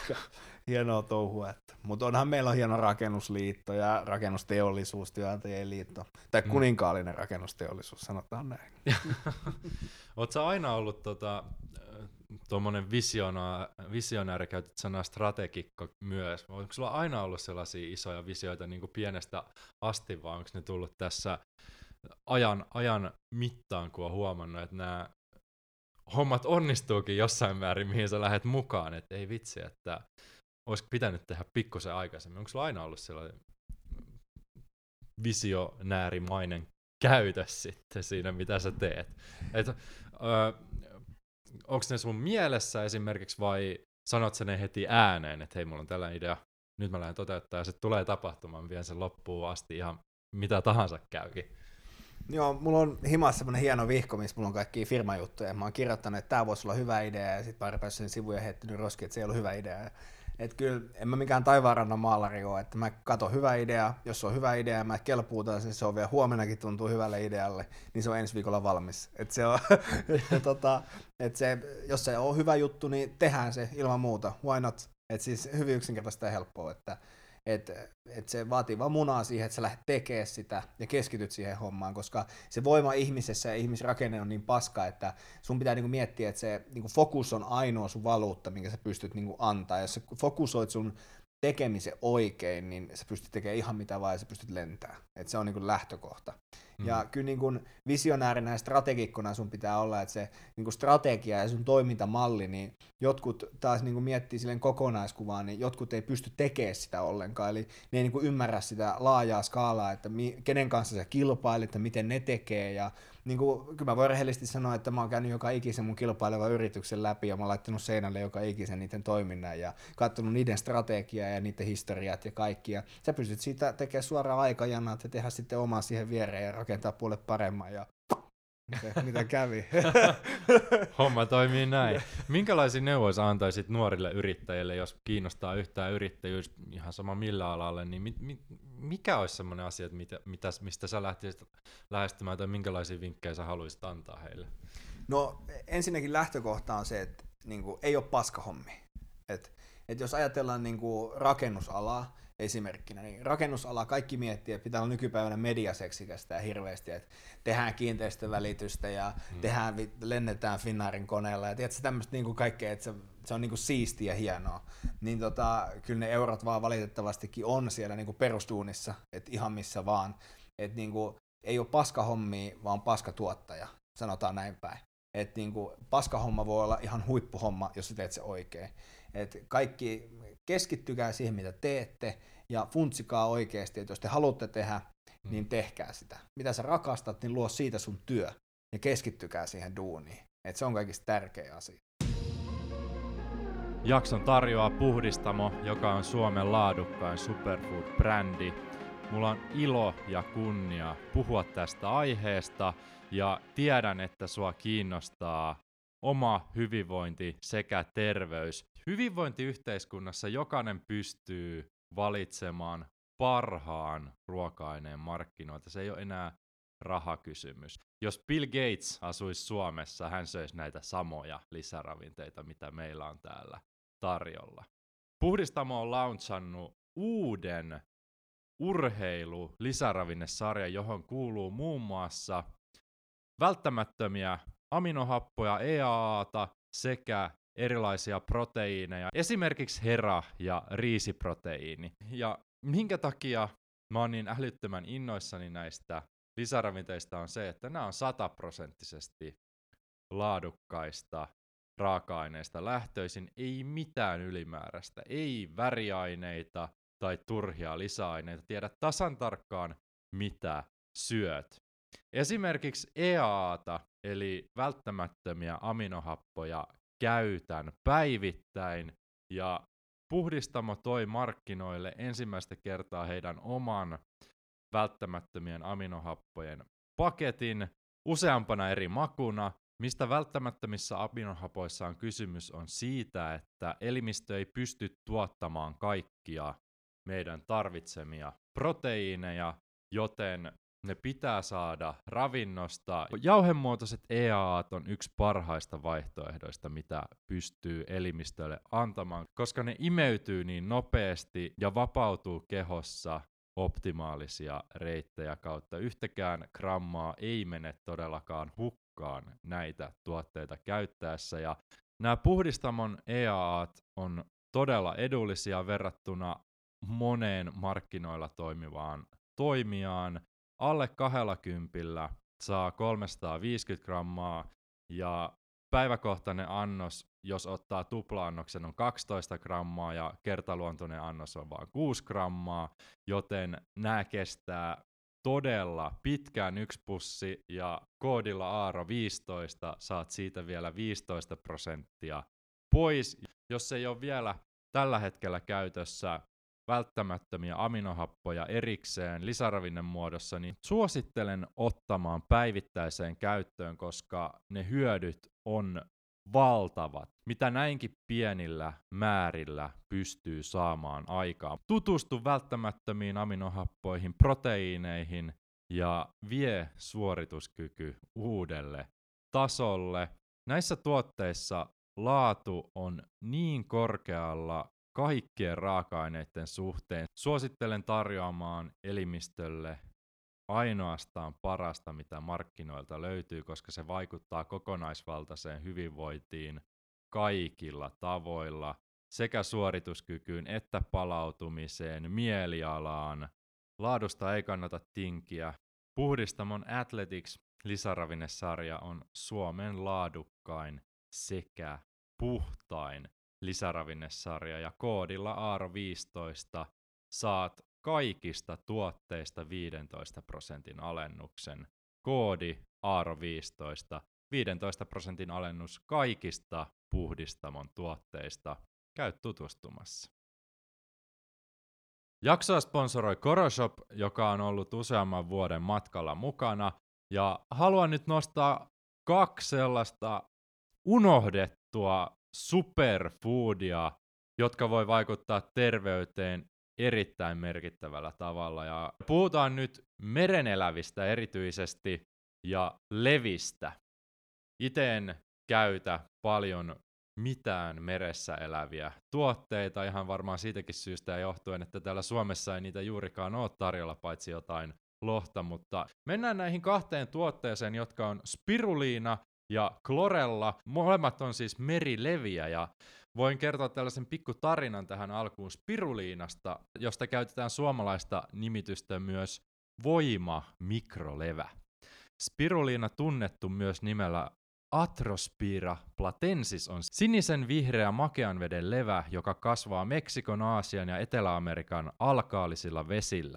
hienoa touhua. Mutta onhan meillä on hieno rakennusliitto ja rakennusteollisuus, työnantajien liitto. Tai mm. kuninkaallinen rakennusteollisuus, sanotaan näin.
Oletko sä aina ollut tota, tuommoinen visionääri, käytät sanaa strategikko myös. Onko sulla aina ollut sellaisia isoja visioita niin kuin pienestä asti, vai onko ne tullut tässä ajan, ajan mittaan, kun on huomannut, että nämä hommat onnistuukin jossain määrin, mihin sä lähdet mukaan, että ei vitsi, että olisi pitänyt tehdä pikkusen aikaisemmin. Onko sulla aina ollut sellainen visionäärimainen käytös sitten siinä, mitä sä teet? Et, öö, onko ne sun mielessä esimerkiksi vai sanot sä ne heti ääneen, että hei, mulla on tällainen idea, nyt mä lähden toteuttaa ja se tulee tapahtumaan, vien sen loppuun asti ihan mitä tahansa käykin.
Joo, mulla on himassa semmoinen hieno vihko, missä mulla on kaikkia firmajuttuja. Mä oon kirjoittanut, että tää voisi olla hyvä idea ja sit pari päässä sen sivuja heittänyt roskiin, että se ei ollut hyvä idea. Että kyllä en mä mikään taivaanrannan maalari ole, että mä katon hyvä idea, jos se on hyvä idea ja mä kelpuutan sen, se on vielä huomennakin tuntuu hyvälle idealle, niin se on ensi viikolla valmis. Että se on, tota, et se, jos se on hyvä juttu, niin tehdään se ilman muuta, why not? Että siis hyvin yksinkertaista ja helppoa, että et, et se vaatii vaan munaa siihen, että sä lähdet tekemään sitä ja keskityt siihen hommaan, koska se voima ihmisessä ja ihmisrakenne on niin paska, että sun pitää niinku miettiä, että se niinku fokus on ainoa sun valuutta, minkä sä pystyt niinku antaa. Jos sä fokusoit sun tekemisen oikein, niin sä pystyt tekemään ihan mitä vaan ja sä pystyt lentämään. Et se on niinku lähtökohta. Mm. Ja kyllä niinku visionäärinä ja strategikkona sun pitää olla, että se niinku strategia ja sun toimintamalli, niin jotkut taas niinku miettii silleen kokonaiskuvaa, niin jotkut ei pysty tekemään sitä ollenkaan. Eli ne ei niinku ymmärrä sitä laajaa skaalaa, että mi- kenen kanssa sä kilpailet ja miten ne tekee. Ja niinku, kyllä mä voin rehellisesti sanoa, että mä oon käynyt joka ikisen mun kilpailevan yrityksen läpi ja mä oon laittanut seinälle joka ikisen niiden toiminnan ja katsonut niiden strategiaa ja niiden historiat ja kaikki. Ja sä pystyt siitä tekemään suoraan aikajanat ja tehdä sitten omaa siihen viereen ja rakentaa puolet paremman ja mitä, mitä kävi.
Homma toimii näin. Minkälaisia neuvoja antaisit nuorille yrittäjille, jos kiinnostaa yhtään yrittäjyys ihan sama millä alalle, niin mi, mi, mikä olisi semmoinen asia, mitä, mitä, mistä sä lähtisit lähestymään tai minkälaisia vinkkejä sä haluaisit antaa heille?
No ensinnäkin lähtökohta on se, että niinku, ei ole paskahommi. Et, et jos ajatellaan niinku, rakennusalaa, esimerkkinä, niin rakennusala kaikki miettii, että pitää olla nykypäivänä mediaseksikästä ja hirveästi, että tehdään kiinteistövälitystä ja hmm. tehdään, lennetään Finnairin koneella ja tiedätkö tämmöistä niin kuin kaikkea, että se, se on niin kuin siistiä ja hienoa. Niin tota, kyllä ne eurot vaan valitettavastikin on siellä niin kuin perustuunissa, että ihan missä vaan. Että niin kuin, ei ole paskahommia, vaan paskatuottaja, sanotaan näin päin. Että niin kuin, paskahomma voi olla ihan huippuhomma, jos sä teet se oikein. Että kaikki keskittykää siihen, mitä teette, ja funtsikaa oikeasti, että jos te haluatte tehdä, niin tehkää sitä. Mitä sä rakastat, niin luo siitä sun työ, ja keskittykää siihen duuniin. Että se on kaikista tärkeä asia.
Jakson tarjoaa Puhdistamo, joka on Suomen laadukkain superfood-brändi. Mulla on ilo ja kunnia puhua tästä aiheesta ja tiedän, että sua kiinnostaa oma hyvinvointi sekä terveys. Hyvinvointiyhteiskunnassa jokainen pystyy valitsemaan parhaan ruoka-aineen markkinoilta. Se ei ole enää rahakysymys. Jos Bill Gates asuisi Suomessa, hän söisi näitä samoja lisäravinteita, mitä meillä on täällä tarjolla. Puhdistamo on launchannut uuden urheilu-lisäravinnesarjan, johon kuuluu muun muassa välttämättömiä aminohappoja, E A A:ta sekä erilaisia proteiineja, esimerkiksi hera- ja riisiproteiini. Ja minkä takia mä oon niin älyttömän innoissani näistä lisäravinteista on se, että nämä on sataprosenttisesti laadukkaista raaka-aineista lähtöisin, ei mitään ylimääräistä, ei väriaineita tai turhia lisäaineita, tiedät tasan tarkkaan mitä syöt. Esimerkiksi E A A:ta eli välttämättömiä aminohappoja käytän päivittäin ja Puhdistamo toi markkinoille ensimmäistä kertaa heidän oman välttämättömien aminohappojen paketin useampana eri makuna. Mistä välttämättömissä aminohapoissa on kysymys on siitä, että elimistö ei pysty tuottamaan kaikkia meidän tarvitsemia proteiineja, joten ne pitää saada ravinnosta. Jauhemuotoiset E A A:t on yksi parhaista vaihtoehdoista, mitä pystyy elimistölle antamaan, koska ne imeytyy niin nopeasti ja vapautuu kehossa optimaalisia reittejä kautta. Yhtäkään grammaa ei mene todellakaan hukkaan näitä tuotteita käyttäessä. Ja nämä Puhdistamon E A A:t on todella edullisia verrattuna moneen markkinoilla toimivaan toimijaan. Alle kaksikymmentä saa kolmesataaviisikymmentä grammaa ja päiväkohtainen annos, jos ottaa tupla-annoksen, on kaksitoista grammaa ja kertaluontoinen annos on vain kuusi grammaa, joten nämä kestää todella pitkään yksi pussi ja koodilla Aaro viisitoista saat siitä vielä viisitoista prosenttia pois. Jos ei ole vielä tällä hetkellä käytössä välttämättömiä aminohappoja erikseen lisäravinne muodossa, niin suosittelen ottamaan päivittäiseen käyttöön, koska ne hyödyt on valtavat, mitä näinkin pienillä määrillä pystyy saamaan aikaan. Tutustu välttämättömiin aminohappoihin, proteiineihin ja vie suorituskyky uudelle tasolle. Näissä tuotteissa laatu on niin korkealla kaikkien raaka-aineiden suhteen. Suosittelen tarjoamaan elimistölle ainoastaan parasta, mitä markkinoilta löytyy, koska se vaikuttaa kokonaisvaltaiseen hyvinvointiin kaikilla tavoilla, sekä suorituskykyyn että palautumiseen, mielialaan. Laadusta ei kannata tinkiä. Puhdistamon Athletics lisäravinnesarja on Suomen laadukkain sekä puhtain lisäravinnesarja ja koodilla Aaro viisitoista saat kaikista tuotteista viisitoista prosentin alennuksen. Koodi Aaro viisitoista, viisitoista prosentin alennus kaikista Puhdistamon tuotteista. Käy tutustumassa. Jaksoa sponsoroi Koroshop, joka on ollut useamman vuoden matkalla mukana. Ja haluan nyt nostaa kaksi sellaista unohdettua superfoodia, jotka voi vaikuttaa terveyteen erittäin merkittävällä tavalla. Ja puhutaan nyt merenelävistä erityisesti ja levistä. Itse en käytä paljon mitään meressä eläviä tuotteita, ihan varmaan siitäkin syystä johtuen, että täällä Suomessa ei niitä juurikaan ole tarjolla, paitsi jotain lohta, mutta mennään näihin kahteen tuotteeseen, jotka on spiruliina ja chlorella. Molemmat on siis merileviä ja voin kertoa tällaisen pikku tarinan tähän alkuun spiruliinasta, josta käytetään suomalaista nimitystä myös voima-mikrolevä. Spiruliina, tunnettu myös nimellä Atrospira platensis, on sinisen vihreä makean veden levä, joka kasvaa Meksikon, Aasian ja Etelä-Amerikan alkaalisilla vesillä.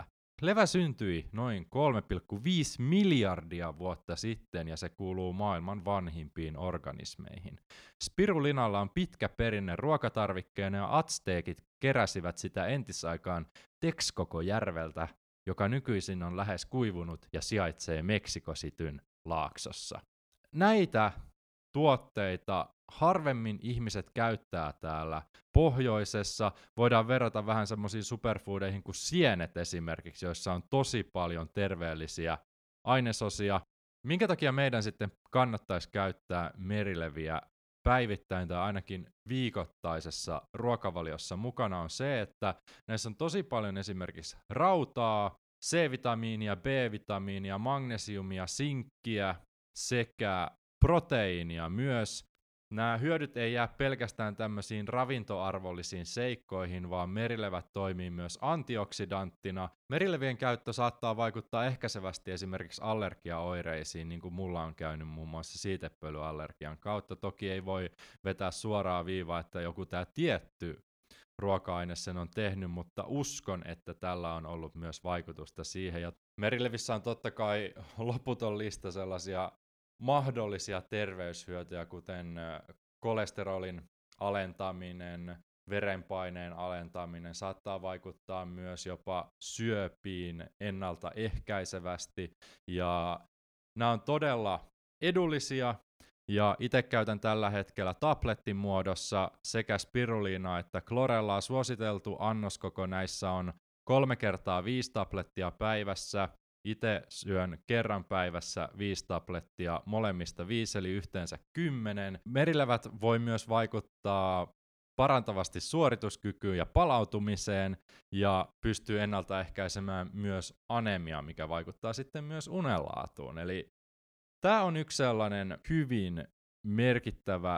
Levä syntyi noin kolme pilkku viisi miljardia vuotta sitten ja se kuuluu maailman vanhimpiin organismeihin. Spirulinalla on pitkä perinne ruokatarvikkeena ja atsteekit keräsivät sitä entisaikaan Texcoco-järveltä, joka nykyisin on lähes kuivunut ja sijaitsee Meksikosityn laaksossa. Näitä tuotteita harvemmin ihmiset käyttää täällä pohjoisessa. Voidaan verrata vähän semmoisiin superfoodeihin kuin sienet esimerkiksi, joissa on tosi paljon terveellisiä ainesosia. Minkä takia meidän sitten kannattaisi käyttää merileviä päivittäin tai ainakin viikoittaisessa ruokavaliossa mukana on se, että näissä on tosi paljon esimerkiksi rautaa, C-vitamiinia, B-vitamiinia, magnesiumia, sinkkiä sekä proteiinia myös. Nämä hyödyt ei jää pelkästään tämmöisiin ravintoarvollisiin seikkoihin, vaan merilevät toimii myös antioksidanttina. Merilevien käyttö saattaa vaikuttaa ehkäisevästi esimerkiksi allergiaoireisiin, niin kuin mulla on käynyt muun muassa siitepölyallergian kautta. Toki ei voi vetää suoraa viivaa, että joku tämä tietty ruoka-aine sen on tehnyt, mutta uskon, että tällä on ollut myös vaikutusta siihen. Ja merilevissä on totta kai loputon lista sellaisia mahdollisia terveyshyötyjä, kuten kolesterolin alentaminen, verenpaineen alentaminen, saattaa vaikuttaa myös jopa syöpiin ennaltaehkäisevästi, ja nämä on todella edullisia, ja itse käytän tällä hetkellä tablettin muodossa sekä spiruliinaa että klorellaa. Suositeltu annoskoko näissä on kolme kertaa viisi tablettia päivässä. Itse syön kerran päivässä viisi tablettia, molemmista viisi, eli yhteensä kymmenen. Merilevät voi myös vaikuttaa parantavasti suorituskykyyn ja palautumiseen, ja pystyy ennaltaehkäisemään myös anemiaa, mikä vaikuttaa sitten myös unenlaatuun. Eli tämä on yksi sellainen hyvin merkittävä,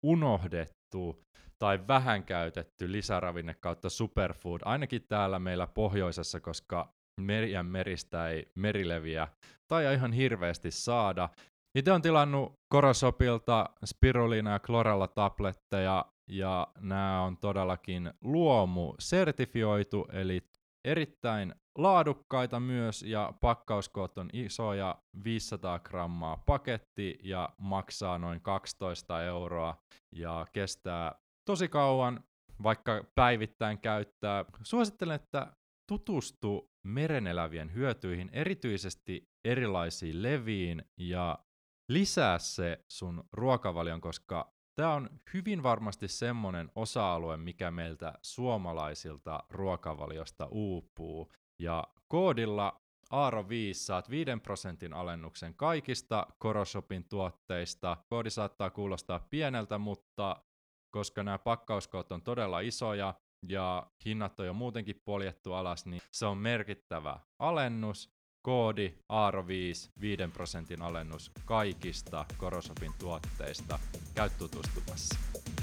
unohdettu tai vähän käytetty lisäravinne kautta superfood, ainakin täällä meillä pohjoisessa, koska meidän meristä ei merileviä tai ihan hirveästi saada. Itse olen tilannut Koroshopilta spirulina ja klorella tabletteja, ja nämä on todellakin luomu-sertifioitu, eli erittäin laadukkaita myös, ja pakkauskoot on isoja, viisisataa grammaa paketti, ja maksaa noin kaksitoista euroa, ja kestää tosi kauan, vaikka päivittäin käyttää. Suosittelen, että tutustu merenelävien hyötyihin, erityisesti erilaisiin leviin, ja lisää se sun ruokavalion, koska tämä on hyvin varmasti semmoinen osa-alue, mikä meiltä suomalaisilta ruokavaliosta uupuu. Ja koodilla Aaro viisi saat viiden prosentin alennuksen kaikista Koroshopin tuotteista. Koodi saattaa kuulostaa pieneltä, mutta koska nämä pakkauskoot on todella isoja ja hinnat on jo muutenkin poljettu alas, niin se on merkittävä alennus. Koodi Aaro viisi, viiden prosentin alennus kaikista Koroshopin tuotteista. Käy tutustumassa.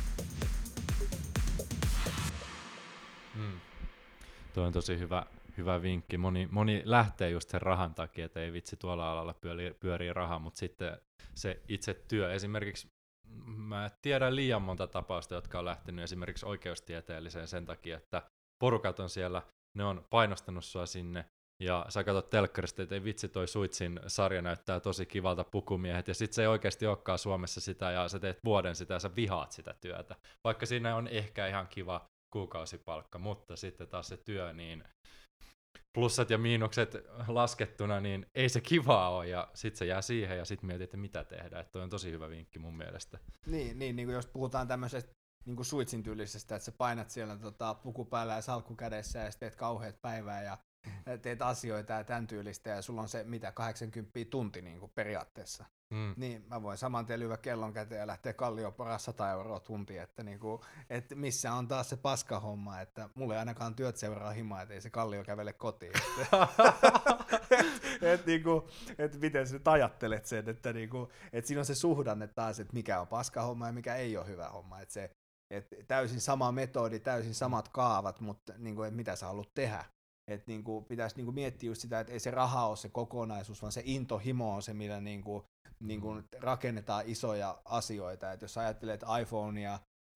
Hmm. Tuo on tosi hyvä, hyvä vinkki. Moni, moni lähtee just sen rahan takia, että ei vitsi tuolla alalla pyörii, pyörii raha, mutta sitten se itse työ, esimerkiksi mä tiedän liian monta tapausta, jotka on lähtenyt esimerkiksi oikeustieteelliseen sen takia, että porukat on siellä, ne on painostanut sua sinne, ja sä katsot telkkarista, että ei vitsi, toi Suitsin sarja näyttää tosi kivalta, pukumiehet, ja sit se ei oikeasti olekaan Suomessa sitä, ja sä teet vuoden sitä, ja sä vihaat sitä työtä. Vaikka siinä on ehkä ihan kiva kuukausipalkka, mutta sitten taas se työ, niin plussat ja miinukset laskettuna, niin ei se kivaa ole, ja sit se jää siihen, ja sit mietit, että mitä tehdään. Että toi on tosi hyvä vinkki mun mielestä.
Niin, niin, niin kuin jos puhutaan tämmöisestä niin kuin Suitsin tyylisestä, että sä painat siellä tota, puku päällä ja salkku kädessä, ja teet kauheat päivää, ja teet asioita ja tämän tyylistä, ja sulla on se, mitä, kahdeksankymmentä tunti niin kuin periaatteessa. Mm. Niin mä voin saman tien lyödä kellon käteen ja lähteä kallioon paras sata euroa tuntia, että, niinku, että missä on taas se paskahomma, että mulle ei ainakaan työt seuraa himaa, että ei se kallio kävele kotiin. että et, niinku, et miten sä nyt ajattelet sen, että niinku, et siinä on se suhdanne taas, että mikä on paskahomma ja mikä ei ole hyvä homma. Että se, et täysin sama metodi, täysin samat kaavat, mutta niinku, et mitä sä haluat tehdä. Että niinku, pitäisi niinku miettiä just sitä, että ei se raha ole se kokonaisuus, vaan se intohimo on se, millä niinku, niinku rakennetaan isoja asioita. Et jos ajattelet iPhonea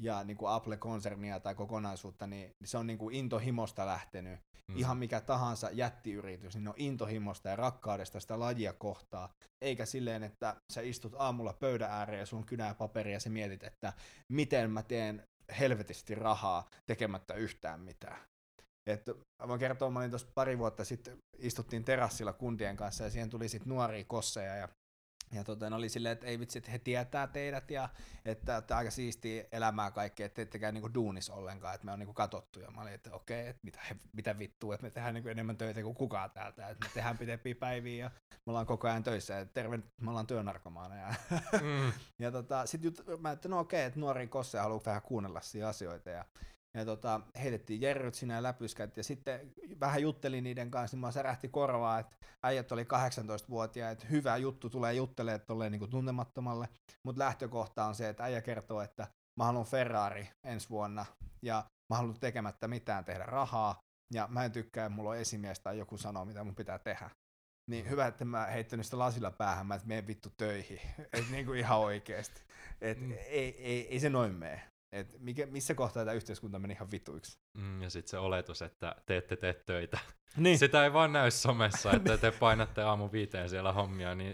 ja niin kuin Apple-konsernia tai kokonaisuutta, niin se on niin kuin intohimosta lähtenyt. Mm. Ihan mikä tahansa jättiyritys, niin on intohimosta ja rakkaudesta sitä lajia kohtaa, eikä silleen, että sä istut aamulla pöydän ääreen ja sulla on kynä ja paperia ja sä mietit, että miten mä teen helvetisti rahaa tekemättä yhtään mitään. Et mä voin kertoa, mä olin tuossa pari vuotta sitten, istuttiin terassilla kundien kanssa ja siihen tuli sitten nuoria kosseja ja Ja tota, ne oli silleen, että ei vitsi, että he tietää teidät ja että olette aika siistiä elämää kaikkea, että ettekään niinku duunis ollenkaan, että me on niinku katsottu. Ja mä olin, että okei, että mitä, mitä vittua, että me tehdään niinku enemmän töitä kuin kukaan täältä, että me tehdään pidempiä päiviä ja me ollaan koko ajan töissä, että terve, me ollaan työnarkomaaneja. Mm. ja tota, sitten mä että no okei, että nuoria kosseja haluaa vähän kuunnella siinä asioita ja Ja tota, heitettiin jerryt sinä ja läpyskät ja sitten vähän juttelin niiden kanssa, niin mä särähti korvaa, että äijät oli kahdeksantoistavuotiaat, että hyvä juttu tulee juttelemaan tolleen niin tuntemattomalle, mutta lähtökohta on se, että äijä kertoo, että mä haluan Ferrari ensi vuonna ja mä haluan tekemättä mitään tehdä rahaa ja mä en tykkää, että mulla on esimies tai joku sanoo, mitä mun pitää tehdä. Niin hyvä, että mä heittänyt sitä lasilla päähän, mä et mene vittu töihin, että niinku ihan oikeesti, että mm. ei, ei, ei se noin mene. Et mikä, missä kohtaa tämä yhteiskunta meni ihan vituiksi.
Mm, ja sitten se oletus, että te ette tee töitä.
Niin.
Sitä ei vaan näy somessa, että te painatte aamu viiteen siellä hommia, niin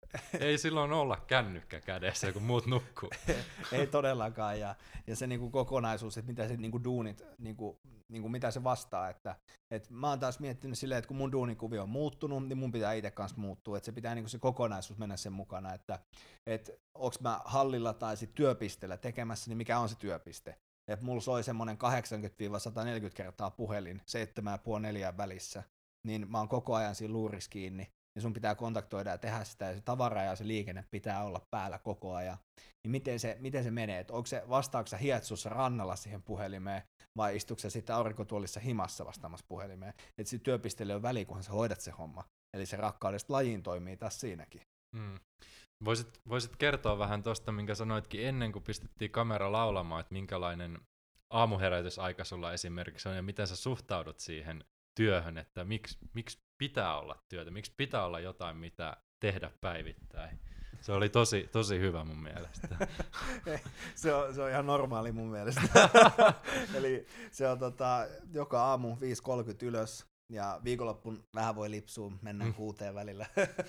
ei silloin olla kännykkä kädessä, kun muut nukkuu.
Ei todellakaan, ja, ja se niinku kokonaisuus, että mitä se niinku duunit, niinku, niinku mitä se vastaa. Että, et mä oon taas miettinyt silleen, että kun mun duunikuvio on muuttunut, niin mun pitää itse kanssa muuttua. Että se pitää niinku se kokonaisuus mennä sen mukana, että et, onko mä hallilla tai sit työpisteellä tekemässä, niin mikä on se työpiste. Että mulla soi semmoinen kahdeksankymmentä sata neljäkymmentä kertaa puhelin seitsemän ja puoli neljän välissä, niin mä oon koko ajan siinä luurissa kiinni. Ja sun pitää kontaktoida ja tehdä sitä, ja se tavara ja se liikenne pitää olla päällä koko ajan. Niin miten se, miten se menee? Et onko se, vastaako sä hietsussa rannalla siihen puhelimeen, vai istuuko sä sitten aurinkotuolissa himassa vastaamassa puhelimeen? Että sitten työpisteelle on väliä, kunhan sä hoidat se homma. Eli se rakkaudesta lajiin toimii taas siinäkin.
Hmm. Voisit, voisit kertoa vähän tuosta, minkä sanoitkin ennen kuin pistettiin kamera laulamaan, että minkälainen aamuherätysaika sulla esimerkiksi on, ja miten sä suhtaudut siihen työhön, että miksi, miksi pitää olla työtä, miksi pitää olla jotain, mitä tehdä päivittäin. Se oli tosi, tosi hyvä mun mielestä.
se, on, se on ihan normaali mun mielestä. Eli se on tota, joka aamu viisi kolmekymmentä ylös ja viikonloppun vähän voi lipsua, mennään kuuteen välillä.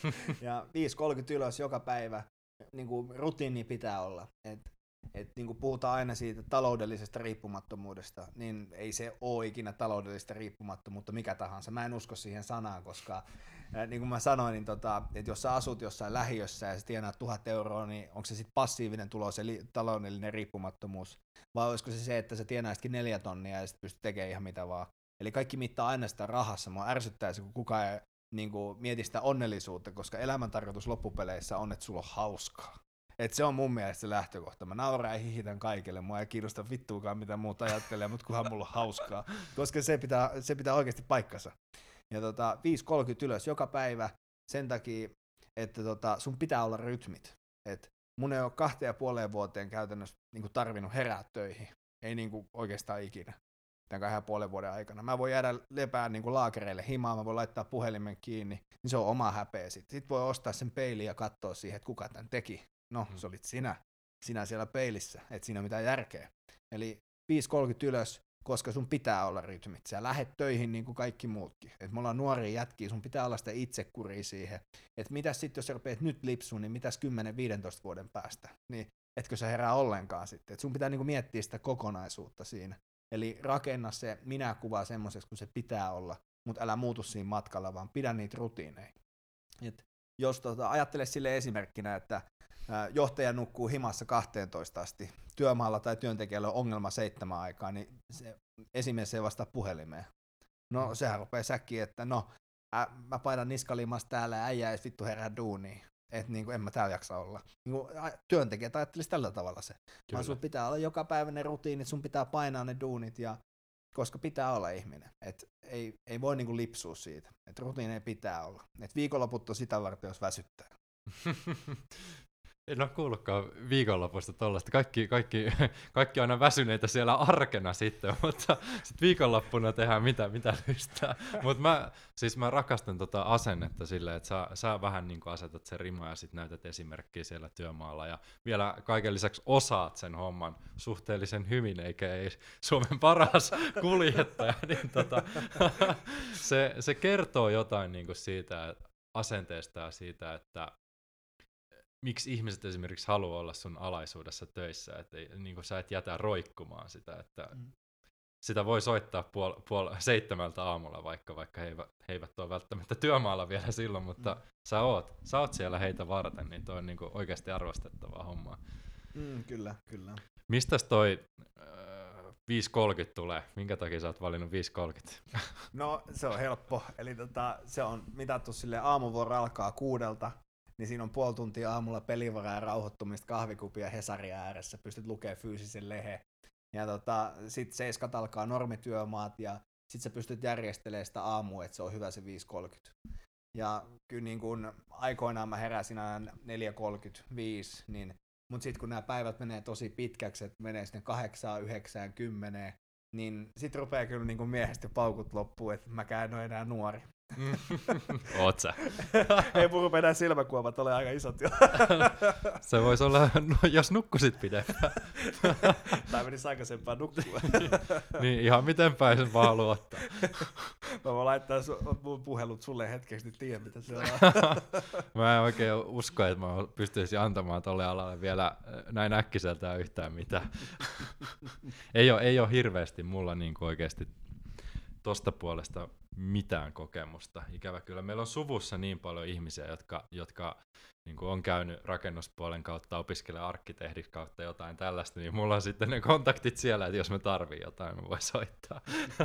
ja viisi kolmekymmentä ylös joka päivä, niin kuin rutiini pitää olla. Et, et niin kuin puhutaan aina siitä taloudellisesta riippumattomuudesta, niin ei se ole ikinä taloudellista riippumattomuutta mikä tahansa. Mä en usko siihen sanaan, koska ää, niin kuin mä sanoin, niin tota, että jos sä asut jossain lähiössä ja sä tienaat tuhat euroa, niin onko se sitten passiivinen tulo, se li- taloudellinen riippumattomuus, vai olisiko se se, että sä tienaisitkin neljä tonnia ja sitten pystyt tekemään ihan mitä vaan. Eli kaikki mittaa aina sitä rahassa. Mua ärsyttää se, kun kukaan ei niin kuin, mieti sitä onnellisuutta, koska elämäntarkoitus loppupeleissä on, että sulla on hauskaa. Et se on mun mielestä se lähtökohta. Mä nauran ja hihitän kaikille. Mua ei kiinnosta vittuukaan, mitä muut ajattelee, mutta kunhan mulla on hauskaa. Koska se pitää, se pitää oikeasti paikkansa. Ja tota, viisi kolmekymmentä ylös joka päivä sen takia, että tota, sun pitää olla rytmit. Et mun ei ole kahteen ja puoleen vuoteen käytännössä niin tarvinnut herää töihin. Ei niin kuin oikeastaan ikinä. Tämän kahden ja puolen vuoden aikana. Mä voin jäädä lepään niin kuin laakereille himaan, mä voin laittaa puhelimen kiinni, niin se on oma häpeä sitten. Sitten voi ostaa sen peiliin ja katsoa siihen, että kuka tämän teki. No, se olit sinä, sinä siellä peilissä, et siinä ole mitään järkeä. Eli viisi kolmekymmentä ylös, koska sun pitää olla rytmit. Sä lähet töihin niin kuin kaikki muutkin. Et me ollaan nuoria jätkiä, sun pitää olla sitä itsekuria siihen. Että mitäs sitten, jos sä rupeat nyt lipsuun, niin mitäs kymmenen viisitoista vuoden päästä? Niin etkö sä herää ollenkaan sitten? Et sun pitää niin kuin miettiä sitä kokonaisuutta siinä. Eli rakenna se minäkuva semmoiseksi, kun se pitää olla, mutta älä muutu siinä matkalla, vaan pidä niitä rutiineja. Et jos tota, ajattele sille esimerkkinä, että ää, johtaja nukkuu himassa kahteentoista asti, työmaalla tai työntekijällä on ongelma seitsemän aikaa, niin se esimies ei vastaa puhelimeen. No sehän rupeaa säkkiin, että no ä, mä painan niskalimassa täällä ja äijä ei vittu herää duuniin. Että niinku en mä täällä jaksa olla. Niinku, työntekijät ajattelisi tällä tavalla se. Vaan sun pitää olla joka päivä ne rutiinit, sun pitää painaa ne duunit, ja, koska pitää olla ihminen. Et ei, ei voi niinku lipsua siitä. Et rutiineja pitää olla. Et viikonloput on sitä varten, jos väsyttää.
En ole kuullutkaan viikonlopusta tollaista. Kaikki, kaikki, kaikki on aina väsyneitä siellä arkena sitten, mutta sitten viikonloppuna tehdään mitä, mitä lystää. Mutta mä, siis mä rakastan tota asennetta silleen, että sä, sä vähän niin kuin asetat sen rimaa ja sitten näytät esimerkkiä siellä työmaalla. Ja vielä kaiken lisäksi osaat sen homman suhteellisen hyvin, eikä ei Suomen paras kuljettaja. Niin tota, se, se kertoo jotain niin kuin siitä asenteesta ja siitä, että miksi ihmiset esimerkiksi haluaa olla sun alaisuudessa töissä, että ei, niin kuin sä et jätä roikkumaan sitä, että mm. sitä voi soittaa puol, puol seitsemältä aamulla vaikka, vaikka he eivät, he eivät ole välttämättä työmaalla vielä silloin, mutta mm. sä, oot, sä oot siellä heitä varten, niin toi on niin kuin oikeasti arvostettavaa hommaa.
Mm, kyllä, kyllä.
Mistäs toi äh, viisi kolmekymmentä tulee? Minkä takia sä oot valinnut viisi kolmekymmentä?
No se on helppo, eli tota, se on mitattu silleen, aamuvuoro alkaa kuudelta, niin siinä on puoli tuntia aamulla pelivaraa ja rauhoittumista kahvikupia Hesaria ääressä, pystyt lukemaan fyysisen lehen. Ja tota, sitten seiskat alkaa normityömaat ja sitten sä pystyt järjestelemään sitä aamua, että se on hyvä se viisi kolmekymmentä. Ja kyllä niin kun aikoinaan mä heräsin aina neljä kolmekymmentäviisi, niin, mutta sitten kun nämä päivät menee tosi pitkäksi, että menee sinne kahdeksaan, yhdeksään, kymmeneen, niin sitten rupeaa kyllä niin kun miehestä paukut loppuun, että mäkään en ole enää nuori.
Oot sä?
Ei puhu enää silmäkuomat, ole aika isot jo.
Se voisi olla, no, jos nukkusit pidempään.
Tai menisi aikaisempaan nukkua.
Niin, ihan miten päin sen vaan haluaa ottaa.
Mä voin laittaa su- mun puhelut sulle hetkeksi, niin tiedä mitä se on.
Mä en oikein usko, että mä pystyisin antamaan tolle alalle vielä näin äkkiseltään yhtään mitään. ei, ole, ei ole hirveästi mulla niin kuin oikeasti tosta puolesta mitään kokemusta. Ikävä kyllä. Meillä on suvussa niin paljon ihmisiä, jotka, jotka niin kuin on käynyt rakennuspuolen kautta, opiskelee arkkitehdiksi kautta jotain tällaista, niin mulla on sitten ne kontaktit siellä, että jos me tarvii jotain, mä voin soittaa.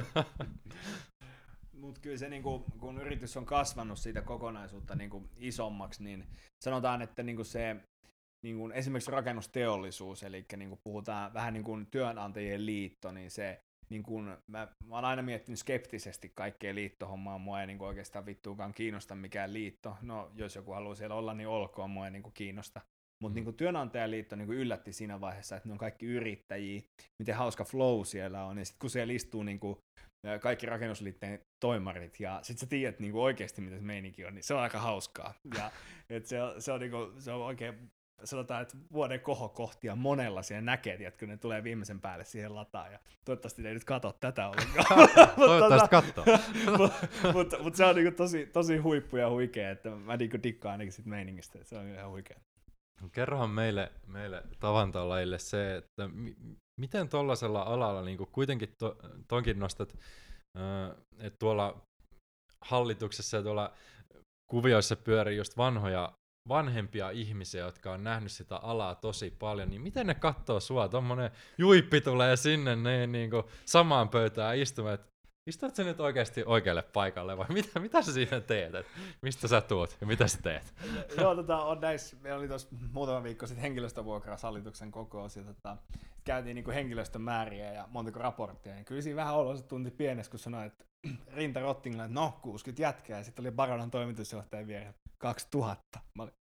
Mutta kyllä se, niinku, kun yritys on kasvanut siitä kokonaisuutta niinku isommaksi, niin sanotaan, että niinku se niinku esimerkiksi rakennusteollisuus, eli niinku puhutaan vähän niin kuin työnantajien liitto, niin se niin kun, mä, mä oon aina miettinyt skeptisesti kaikkea liittohommaa, mua ei niin oikeastaan vittuukaan kiinnosta mikään liitto. No, jos joku haluaa siellä olla, niin olkoon, mua ei niin kiinnosta. Mutta mm. niin työnantajaliitto niin yllätti siinä vaiheessa, että ne on kaikki yrittäjiä, miten hauska flow siellä on. Ja sitten kun siellä istuu niin kuin kaikki rakennusliitteen toimarit, ja sitten sä tiedät niin oikeasti, mitä se meininki on, niin se on aika hauskaa. Ja, et se, on, se, on niin kuin, se on oikein, sanotaan, että vuoden kohokohtia monella siellä näkee, että kun ne tulee viimeisen päälle siihen lataan, ja toivottavasti ne ei nyt katso tätä ollenkaan.
Toivottavasti katsoo.
Mutta mut, mut se on niinku tosi, tosi huippu ja huikea, että mä niinku dikkaan ainakin sit meiningistä, että se on ihan huikea.
Kerrohan meille, meille tavantolajille se, että mi- miten tuollaisella alalla niin kuitenkin to, tonkin nostat, äh, että tuolla hallituksessa ja tuolla kuvioissa pyörii just vanhoja vanhempia ihmisiä, jotka on nähnyt sitä alaa tosi paljon, niin miten ne katsoo sua? Tommonen juippi tulee sinne ne, niin kuin samaan pöytään istumaan, että istut sä nyt oikeasti oikealle paikalle vai mitä, mitä sä siinä teet? Et mistä sä tuot ja mitä sä teet?
Joo, tota, on näissä, meillä oli tuossa muutama viikko sitten henkilöstövuokraus hallituksen kokous ja tota, käytiin niin kuin henkilöstön määriä ja montako raporttia. Ja kyllä siinä vähän olo se tunti pienessä, kun sanoi, että Rinta Rottingilla, että no, kuusikymmentä jätkää ja sitten oli Baronan toimitusjohtajan vieressä kaksituhatta. Mä olin,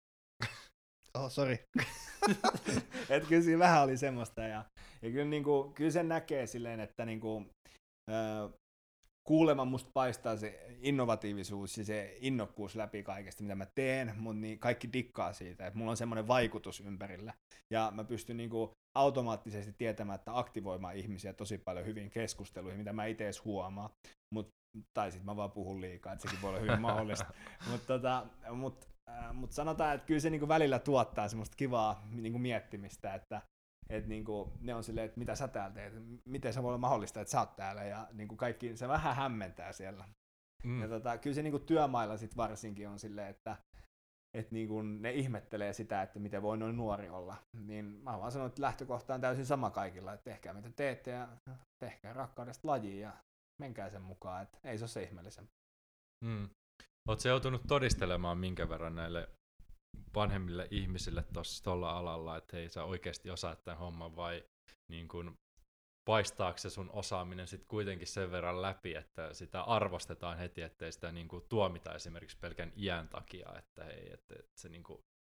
oh, sorry. Että kyllä siinä vähän oli semmoista ja, ja kyllä, niin kuin, kyllä sen näkee silleen, että niin kuin, äh, kuulemma musta paistaa se innovatiivisuus ja se innokkuus läpi kaikesta, mitä mä teen, mutta niin kaikki dikkaa siitä, että mulla on semmoinen vaikutus ympärillä ja mä pystyn niin kuin automaattisesti tietämään, että aktivoimaan ihmisiä tosi paljon hyvin keskusteluihin, mitä mä itse edes huomaan, mut, tai sitten mä vaan puhun liikaa, että sekin voi olla hyvin mahdollista, mutta tota, mut, äh, mut sanotaan, että kyllä se niin kuin välillä tuottaa semmoista kivaa niin kuin miettimistä, että et niinku, ne on silleen, että mitä sä täällä teet, miten se voi olla mahdollista, että sä oot täällä, ja niinku kaikki, se vähän hämmentää siellä. Mm. Ja tota, kyllä se niinku työmailla sit varsinkin on silleen, että et niinku ne ihmettelee sitä, että miten voi noin nuori olla. Niin mä vaan sanon, että lähtökohta on täysin sama kaikilla, että tehkää mitä teette ja tehkää rakkaudesta lajiin ja menkää sen mukaan, että ei se ole se ihmeellisempää.
Mm. Ootko joutunut todistelemaan minkä verran näille vanhemmille ihmisille tuolla alalla, että hei, sä oikeasti osaat tämän homman, vai niin kun, paistaako se sun osaaminen sitten kuitenkin sen verran läpi, että sitä arvostetaan heti, ettei sitä niin kun, tuomita esimerkiksi pelkän iän takia, että hei, että, että se niin kun,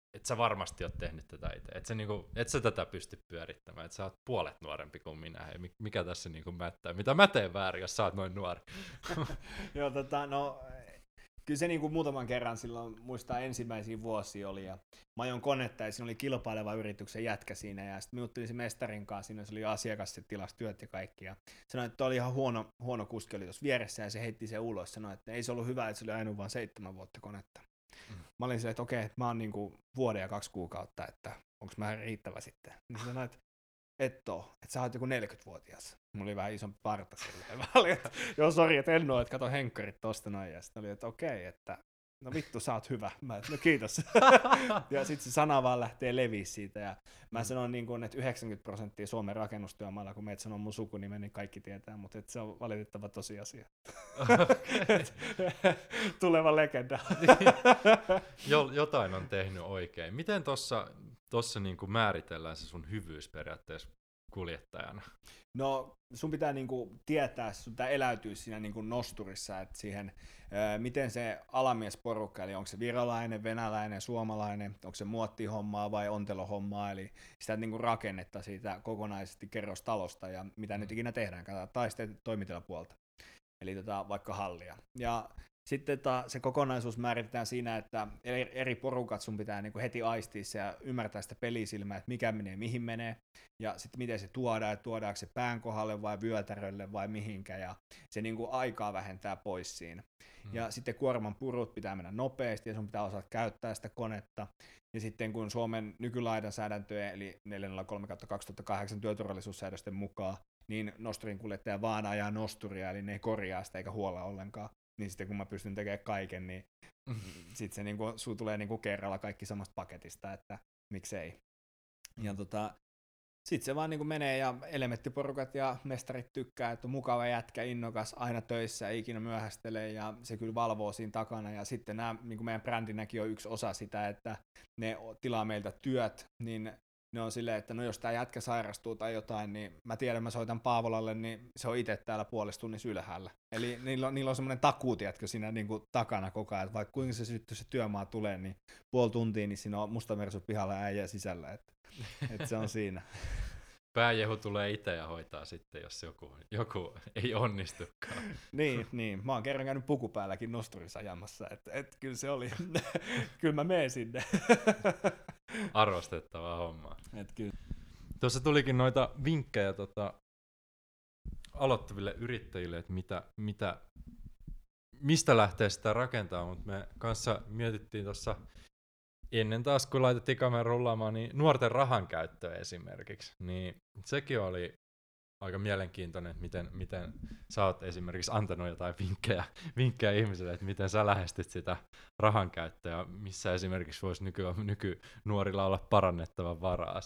et sä varmasti oot tehnyt tätä itse, et sä, niinku, et sä tätä pysty pyörittämään, että sä oot puolet nuorempi kuin minä, hei, mikä tässä niinku mättää, mitä mä teen väärin, jos sä oot noin nuori.
Joo, tota, no, kyllä se niinku muutaman kerran silloin, muistaa ensimmäisiä vuosia oli, ja mä ajoin konetta, ja siinä oli kilpaileva yrityksen jätkä siinä, ja sitten minut tuli se mestarin kanssa, siinä se oli asiakas, se tilasi työt ja kaikki, ja sanoi, että oli ihan huono, huono kuski, oli tuossa vieressä, ja se heitti sen ulos, sanoi, että ei se ollut hyvä, että se oli ajanut vain seitsemän vuotta konetta. Mm. Mä olin silleen, että okei, että mä oon niinku vuoden ja kaksi kuukautta, että onko mä riittävä sitten. Niin sanoi, että et oo, että sä oot joku neljäkymmentävuotias. Mulla oli vähän isompi parta silleen. Mä olin, että joo sori, että en oo, että kato henkkarit tosta noin. Ja sitten oli, että okei, että no vittu sä oot hyvä. Mä et, no kiitos. Ja sitten se sana vaan lähtee leviä siitä. Ja mä sanon niin kuin, että yhdeksänkymmentä prosenttia Suomen rakennustyömaalla, kun meitä sanoo mun sukunimen, niin kaikki tietää, mutta et se on valitettava tosiasia. Tuleva legenda.
Jotain on tehnyt oikein. Miten tossa, tossa niin kuin määritellään se sun hyvyys periaatteessa kuljettajana?
No sun pitää niinku tietää, sun pitää eläytyä siinä niinku nosturissa, että siihen, ää, miten se alamiesporukka, eli onko se virolainen, venäläinen, suomalainen, onko se muottihommaa vai ontelohommaa, eli sitä niinku rakennetta siitä kokonaisesti kerrostalosta ja mitä nyt ikinä tehdään, tai sitten toimitilapuolta, eli tota, vaikka hallia. Ja sitten ta, se kokonaisuus määritetään siinä, että eri porukat sun pitää niinku heti aistia se ja ymmärtää sitä pelisilmää, että mikä menee, mihin menee, ja sitten miten se tuodaan, että tuodaanko se pään kohdalle vai vyötärölle vai mihinkä, ja se niinku aikaa vähentää pois siinä. Hmm. Ja sitten kuorman purut pitää mennä nopeasti, ja sun pitää osata käyttää sitä konetta, ja sitten kun Suomen nykylainsäädäntöä, eli neljäsataakolme kautta kaksituhattakahdeksan työturvallisuussäädösten mukaan, niin nosturin kuljettaja vaan ajaa nosturia, eli ne ei korjaa sitä eikä huolla ollenkaan. Niin sitten kun mä pystyn tekemään kaiken, niin sitten se niinku, sulla tulee niinku kerralla kaikki samasta paketista, että miksei. Ja tota, sitten se vaan niinku menee ja elementtiporukat ja mestarit tykkää, että on mukava jätkä, innokas, aina töissä, ei ikinä myöhästele ja se kyllä valvoo siinä takana. Ja sitten nämä, niinku meidän brändinäkin on yksi osa sitä, että ne tilaa meiltä työt, niin ne on silleen, että no jos tää jätkä sairastuu tai jotain, niin mä tiedän, mä soitan Paavolalle, niin se on itse täällä puolesta tunnissa ylhäällä. Eli niillä on, niillä on semmoinen takuutietkä siinä niin kuin takana koko ajan, että vaikka kuinka se sytty se työmaa tulee, niin puoli tuntia, niin siinä on musta mersu pihalla ja äijä sisällä, että, että se on siinä.
Pääjehu tulee itse ja hoitaa sitten, jos joku, joku ei onnistukaan.
niin, niin, mä oon kerran käynyt pukupäälläkin nosturissa ajamassa, että et, kyllä se oli, kyllä mä menen sinne.
Arvostettavaa hommaa.
Et kyllä.
Tuossa tulikin noita vinkkejä tota, aloittaville yrittäjille, että mitä, mitä, mistä lähtee sitä rakentaa, mutta me kanssa mietittiin tuossa ennen taas, kun laitettiin kameran rullaamaan, niin nuorten rahan käyttöä esimerkiksi, niin sekin oli aika mielenkiintoinen, että miten, miten sä oot esimerkiksi antanut jotain vinkkejä, vinkkejä ihmisille, että miten sä lähestyt sitä rahan käyttöä, missä esimerkiksi voisi nyky, nykynuorilla olla parannettava varaa.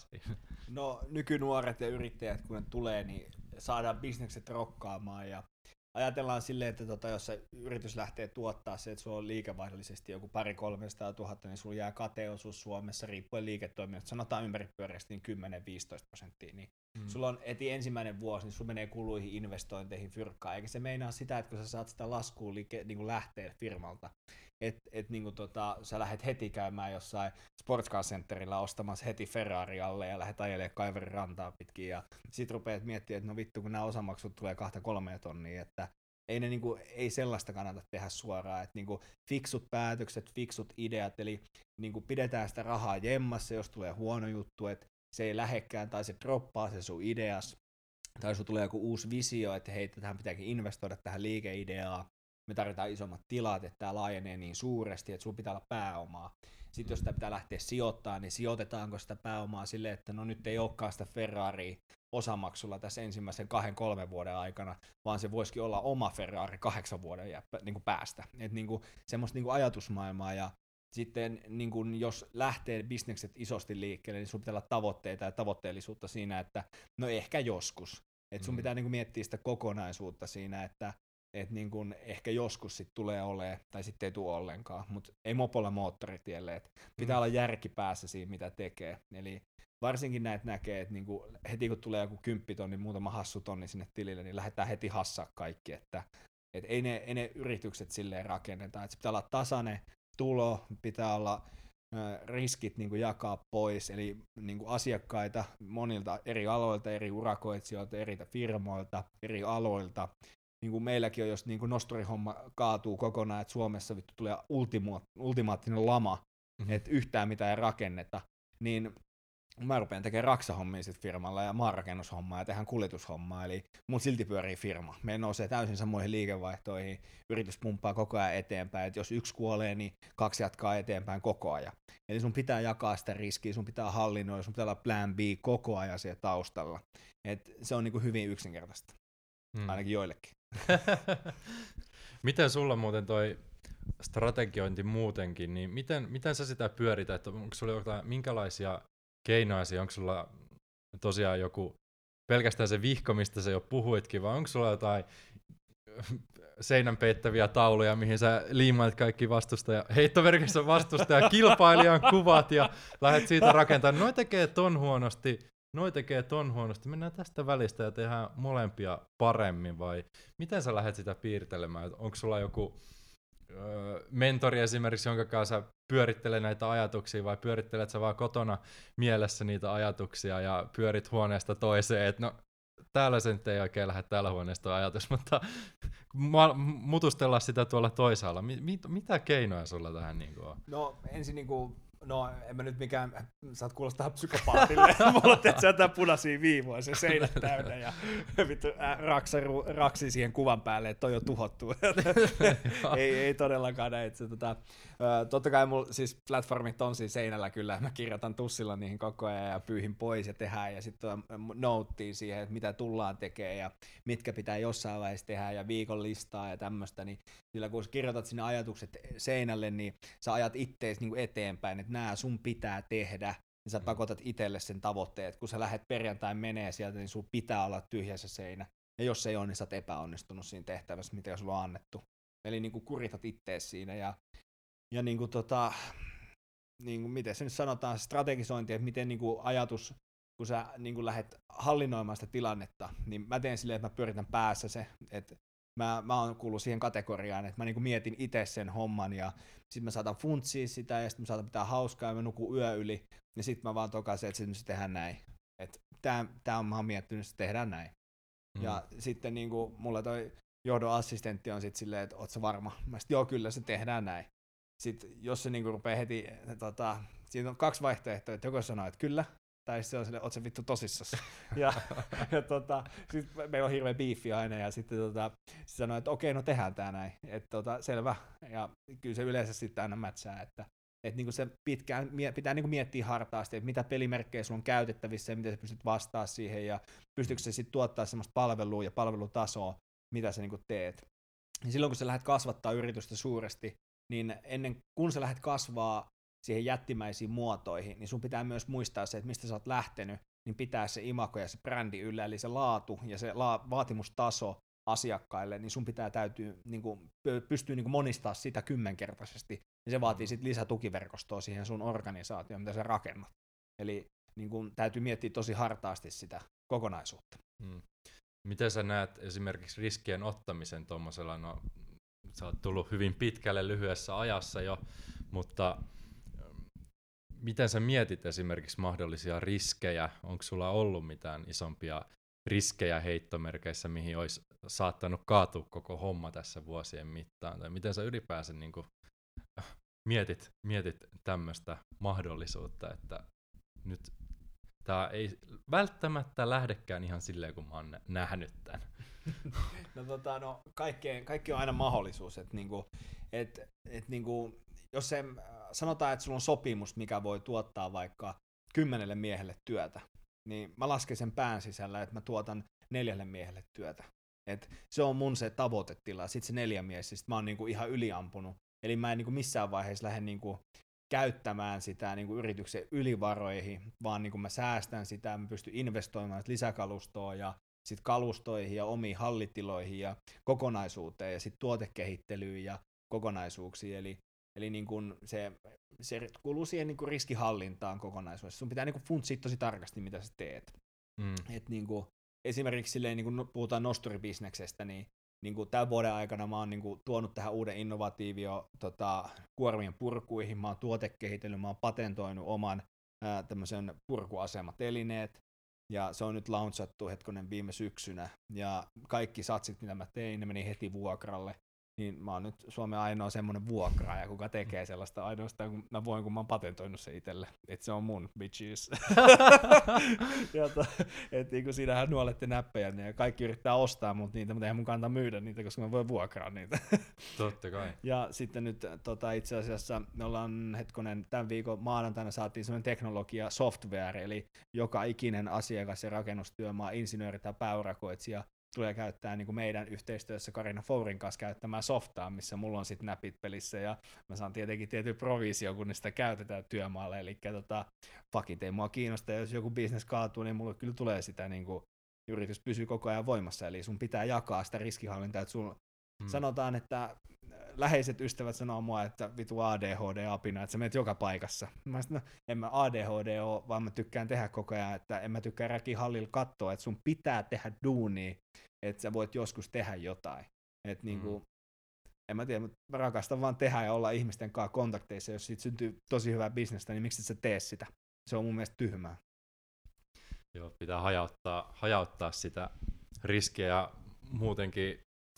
No nykynuoret ja yrittäjät, kun ne tulee, niin saadaan bisnekset rokkaamaan ja ajatellaan silleen, että tota, jos se yritys lähtee tuottaa se, että sulla on liikevaihdollisesti joku pari kolmestaan tuhatta, niin sulla jää kateosuus Suomessa riippuen liiketoiminnasta, sanotaan ympäripyöreästi niin kymmenen viisitoista prosenttia, niin mm. sulla on eti ensimmäinen vuosi, niin sulla menee kuluihin, investointeihin, fyrkkaan, eikä se meinaa sitä, että kun sä saat sitä laskua liike, niin kuin lähteä firmalta, että et, niin tota, sä lähdet heti käymään jossain Sportscar Centerillä ostamassa heti Ferrari alle ja lähdet ajelemaan Kaiverin rantaa pitkin ja sit rupeat miettimään, että no vittu kun nämä osamaksut tulee kahta kolmea tonnia, että ei, ne, niinku, ei sellaista kannata tehdä suoraan, että niinku, fiksut päätökset, fiksut ideat, eli niinku, pidetään sitä rahaa jemmassa, jos tulee huono juttu, että se ei lähekkään tai se droppaa se sun ideas, tai sun tulee joku uusi visio, että hei, tähän pitääkin investoida tähän liikeideaan, me tarvitaan isommat tilat, että tämä laajenee niin suuresti, että sulla pitää olla pääomaa. Sitten jos sitä pitää lähteä sijoittamaan, niin sijoitetaanko sitä pääomaa silleen, että no nyt ei olekaan sitä Ferraria osamaksulla tässä ensimmäisen kahden, kolmen vuoden aikana, vaan se voisikin olla oma Ferrari kahdeksan vuoden jä, niin kuin päästä. Että niin kuin, semmoista niin kuin ajatusmaailmaa ja sitten niin kuin, jos lähtee bisnekset isosti liikkeelle, niin sun pitää olla tavoitteita ja tavoitteellisuutta siinä, että no ehkä joskus. Että sun mm. pitää niin kuin, miettiä sitä kokonaisuutta siinä, että että niin kun ehkä joskus sit tulee olemaan, tai sitten ei tule ollenkaan, mutta ei mopolla moottoritielle, että pitää mm. olla järki päässä siinä, mitä tekee. Eli varsinkin näitä näkee, että niin kun heti kun tulee joku kymppitonni, muutama hassutonni sinne tilille, niin lähdetään heti hassaa kaikki, että et ei, ne, ei ne yritykset silleen rakenneta, että se pitää olla tasainen tulo, pitää olla riskit niin kuin jakaa pois, eli niin kuin asiakkaita monilta eri aloilta, eri urakoitsijoilta, eri firmoilta, eri aloilta. Niin kuin meilläkin on, jos niin kuin nosturihomma kaatuu kokonaan, että Suomessa vittu tulee ultima- ultimaattinen lama, mm-hmm. että yhtään mitään ei rakenneta, niin mä rupean tekemään raksahommia sit firmalla ja maanrakennushommaa ja tehdään kuljetushommaa, eli mun silti pyörii firma. Me nousee täysin samoihin liikevaihtoihin, yritys pumppaa koko ajan eteenpäin, että jos yksi kuolee, niin kaksi jatkaa eteenpäin koko ajan. Eli sun pitää jakaa sitä riskiä, sun pitää hallinnoida, sun pitää olla plan B koko ajan siellä taustalla. Et se on niinku hyvin yksinkertaista, hmm. ainakin joillekin.
Miten sulla muuten toi strategiointi muutenkin, niin miten, miten sä sitä pyörität, että onko sulla jotain, minkälaisia keinoisia, onko sulla tosiaan joku, pelkästään se vihko, mistä sä jo puhuitkin, vai onko sulla jotain seinän peittäviä tauluja, mihin sä liimaat kaikki vastustaja, heittoverkissä vastustaja, kilpailijan kuvat ja lähdet siitä rakentamaan, noi tekee ton huonosti, noi tekee ton huonosti, mennään tästä välistä ja tehdään molempia paremmin, vai miten sä lähdet sitä piirtelemään, onko sulla joku mentori esimerkiksi, jonka kanssa pyörittelee näitä ajatuksia, vai pyörittelet sä vaan kotona mielessä niitä ajatuksia ja pyörit huoneesta toiseen, että no täällä se nyt ei oikein lähde täällä huoneesta ajatus, mutta mutustella sitä tuolla toisaalla. Mit, mitä keinoja sulla tähän niin on?
No ensin niin kuin, no en mä nyt mikään, saat kuulostaa psykopaatille, mulla teet sieltä punaisia viivoja, se seinät täynnä ja vittu äh, raksi, raksi siihen kuvan päälle, että toi on tuhottu. ei, ei todellakaan näin. Se, tota, äh, totta kai mulla siis platformit on siinä seinällä kyllä, mä kirjoitan tussilla niihin koko ajan ja pyyhin pois ja tehdään ja sitten nouttiin siihen, että mitä tullaan tekemään ja mitkä pitää jossain vaiheessa tehdä ja viikon listaa ja tämmöistä, niin sillä kun kirjoitat sinne ajatukset seinälle, niin sä ajat ittees niin eteenpäin, että nämä sun pitää tehdä, niin sä pakotat itselle sen tavoitteet. Kun sä lähdet perjantain menee sieltä, niin sun pitää olla tyhjä se seinä. Ja jos ei ole, niin sä oot epäonnistunut siinä tehtävässä, mitä sulla on annettu. Eli niin kuin kuritat ittees siinä. Ja, ja niin kuin tota, niin kuin miten se nyt sanotaan, strategisointi, että miten niin kuin ajatus, kun sä niin kuin lähdet hallinnoimaan sitä tilannetta, niin mä teen silleen, että mä pyöritän päässä se, että Mä, mä oon kuullut siihen kategoriaan, että mä niinku mietin itse sen homman ja sit mä saatan funtsia sitä ja sit mä saatan pitää hauskaa ja mä nukun yö yli ja sit mä vaan tokaisen, että sit se tehdään näin. Että tää, tää on, mä oon miettinyt, että tehdään näin. Mm. Ja sitten niinku mulla toi johdon assistentti on sit silleen, että oot sä varma? Mä sit joo kyllä se tehdään näin. Sitten jos se niinku rupee heti, tota, siinä on kaksi vaihtoehtoa, että joko sanoo, että kyllä, tai se on silleen, oot sä vittu tosissas. ja ja tota, sit meillä on hirveä biifi aina, ja sitten tota, se sanoo, että okei, no tehdään tää näin. Että tota, selvä. Ja kyllä se yleensä sitten aina mätsää, että et niinku se pitkään, pitää niinku miettiä hartaasti, että mitä pelimerkkejä sulla on käytettävissä, ja miten sä pystyt vastaamaan siihen, ja pystyykö se sitten tuottaa semmoista palvelua ja palvelutasoa, mitä sä niinku teet. Ja silloin, kun sä lähdet kasvattaa yritystä suuresti, niin ennen kuin sä lähdet kasvaa siihen jättimäisiin muotoihin, niin sun pitää myös muistaa se, että mistä sä oot lähtenyt, niin pitää se imago ja se brändi yllä, eli se laatu ja se la- vaatimustaso asiakkaille, niin sun pitää täytyy niin kuin, pystyä niin kuin monistaa sitä kymmenkertaisesti, ja se vaatii sitten lisätukiverkostoa siihen sun organisaatioon, mitä sä rakennat. Eli niin kuin, täytyy miettiä tosi hartaasti sitä kokonaisuutta.
Hmm. Miten sä näet esimerkiksi riskien ottamisen tuommoisella, no sä oot tullut hyvin pitkälle lyhyessä ajassa jo, mutta miten sä mietit esimerkiksi mahdollisia riskejä? Onko sulla ollut mitään isompia riskejä heittomerkeissä, mihin olisi saattanut kaatua koko homma tässä vuosien mittaan? Tai miten sä ylipäänsä niin kuin mietit, mietit tämmöistä mahdollisuutta, että nyt tämä ei välttämättä lähdekään ihan silleen, kun mä oon nähnyt tämän?
No, tota, no kaikkeen, kaikki on aina mahdollisuus. Että niinku, et, et niinku, jos se, sanotaan, että sulla on sopimus, mikä voi tuottaa vaikka kymmenelle miehelle työtä, niin mä lasken sen pään sisällä, että mä tuotan neljälle miehelle työtä. Et se on mun se tavoitetila. Sitten se neljä mies, sit mä oon niinku ihan yliampunut. Eli mä en niinku missään vaiheessa lähde niinku käyttämään sitä niinku yrityksen ylivaroihin, vaan niinku mä säästän sitä, mä pystyn investoimaan lisäkalustoon ja sit kalustoihin ja omiin hallitiloihin ja kokonaisuuteen ja sit tuotekehittelyyn ja kokonaisuuksiin. Eli Eli niin kun se, se kuuluu siihen niin kun riskihallintaan kokonaisuudessa. Sun pitää niin kun funtsia tosi tarkasti, mitä sä teet. Mm. Et niin kun, esimerkiksi silleen, niin kun puhutaan nosturibisneksestä, niin, niin kuin tämän vuoden aikana mä oon niin kuin tuonut tähän uuden innovatiivio tota, kuormien purkuihin, mä oon tuotekehitellyt, mä oon patentoinut oman ää, tämmöisen purkuasematelineet, ja se on nyt launchattu hetkonen viime syksynä, ja kaikki satsit, mitä mä tein, ne meni heti vuokralle, niin mä oon nyt Suomen ainoa semmoinen vuokraaja, kuka tekee sellaista ainoastaan, kun mä voin, kun mä oon patentoinut se itselle, että se on mun bitches. Että niin siinähän nuolette näppejä, ja kaikki yrittää ostaa mut niitä, mutta eihän mun kannata myydä niitä, koska mä voin vuokraa niitä.
Totta kai.
Ja sitten nyt tota, itse asiassa me ollaan hetkonen, tämän viikon maanantaina saatiin semmoinen teknologia software, eli joka ikinen asiakas ja rakennustyömaa, insinööri tai pääurakoitsija tulee käyttää niin kuin meidän yhteistyössä Carina Fourin kanssa käyttämää softaa, missä mulla on sitten näpit pelissä, ja mä saan tietenkin tietyn provisio, kun sitä käytetään työmaalle, eli tota, fuckit ei mua kiinnosta, ja jos joku business kaatuu, niin mulle kyllä tulee sitä, niin kuin, yritys pysyy koko ajan voimassa, eli sun pitää jakaa sitä riskihallintaa, että sun hmm. sanotaan, että läheiset ystävät sanoo mua, että vitu A D H D-apina, että sä menet joka paikassa. Mä sanoin, no, en mä A D H D ole, vaan mä tykkään tehdä koko ajan, että en mä tykkää räkiä hallilla katsoa, että sun pitää tehdä duunia, että sä voit joskus tehdä jotain. Että niinku, mm. en mä tiedä, mutta mä rakastan vaan tehdä ja olla ihmisten kanssa kontakteissa, jos siitä syntyy tosi hyvää bisnestä, niin miksi et sä tee sitä? Se on mun mielestä tyhmää.
Joo, pitää hajauttaa, hajauttaa sitä riskiä ja muutenkin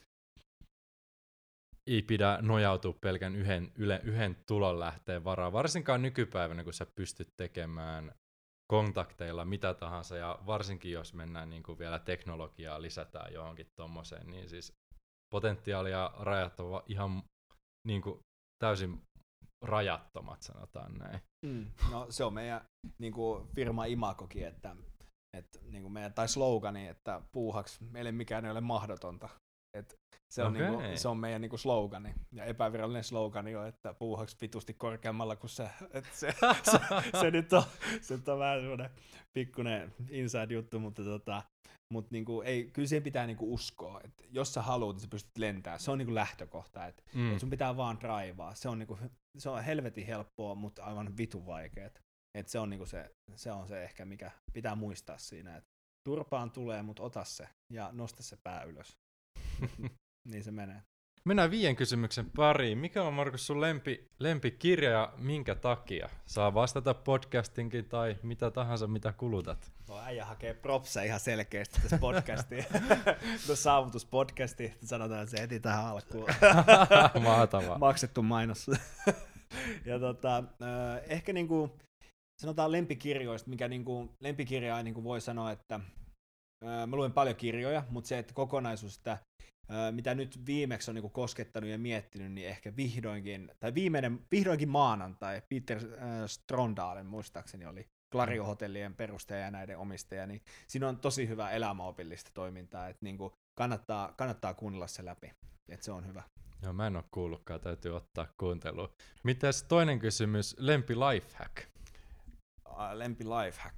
ei pidä nojautua pelkän yhden, yle, yhden tulonlähteen varaan, varsinkaan nykypäivänä, kun sä pystyt tekemään kontakteilla mitä tahansa, ja varsinkin jos mennään niin kuin vielä teknologiaa lisätään johonkin tommoseen, niin siis potentiaalia rajat ovat ihan niin kuin täysin rajattomat, sanotaan näin.
Mm, no se on meidän niin kuin firma imagokin, että, että niin kuin meidän, tai slogani, että puuhaks meille mikään ei ole mahdotonta. Et se, on
okay.
niinku, se on meidän niinku slogani, ja epävirallinen slogani on, että puuhaks vitusti korkeammalla kuin se. Et se, se, se, nyt on, se nyt on vähän semmoinen pikkuinen inside-juttu, mutta tota, mut niinku, ei, kyllä siihen pitää niinku uskoa, että jos sä haluat, niin sä pystyt lentämään. Se on niinku lähtökohta, että mm. et sun pitää vaan draivaa. Se on, niinku, se on helvetin helppoa, mutta aivan vitun vaikeet. Et se, on niinku se, se on se ehkä, mikä pitää muistaa siinä, että turpaan tulee, mutta ota se ja nosta se pää ylös. Niin se menee.
Mennään viien kysymyksen pariin. Mikä on, Markus, sun lempi, lempikirja ja minkä takia? Saa vastata podcastinkin tai mitä tahansa, mitä kulutat.
No, äijä hakee propsa ihan selkeästi tässä podcastiin. Tuossa saavutuspodcasti, sanotaan se heti tähän alkuun.
Mahtavaa.
Maksettu mainos. Ja tota, ehkä niinku, sanotaan lempikirjoista, mikä niinku, lempikirjaa niinku voi sanoa, että mä luen paljon kirjoja, mutta se, että kokonaisuus, että mitä nyt viimeksi on niin koskettanut ja miettinyt, niin ehkä vihdoinkin, tai viimeinen, vihdoinkin maanantai, Peter Strondalen muistaakseni oli Clario-hotellien perustaja ja näiden omistaja, niin siinä on tosi hyvä elämäopillista toimintaa, että niin kuin kannattaa, kannattaa kuunnella se läpi, että se on hyvä.
Joo, mä en ole kuullutkaan, täytyy ottaa kuuntelua. Mites toinen kysymys, lempi lifehack?
Uh, lempi lifehack.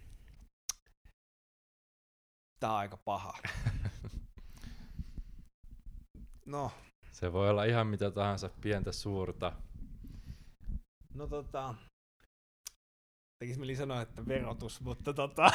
Tää on aika paha. No.
Se voi olla ihan mitä tahansa, pientä suurta.
No tota, tekis mieli sanoa, että verotus, mutta tota,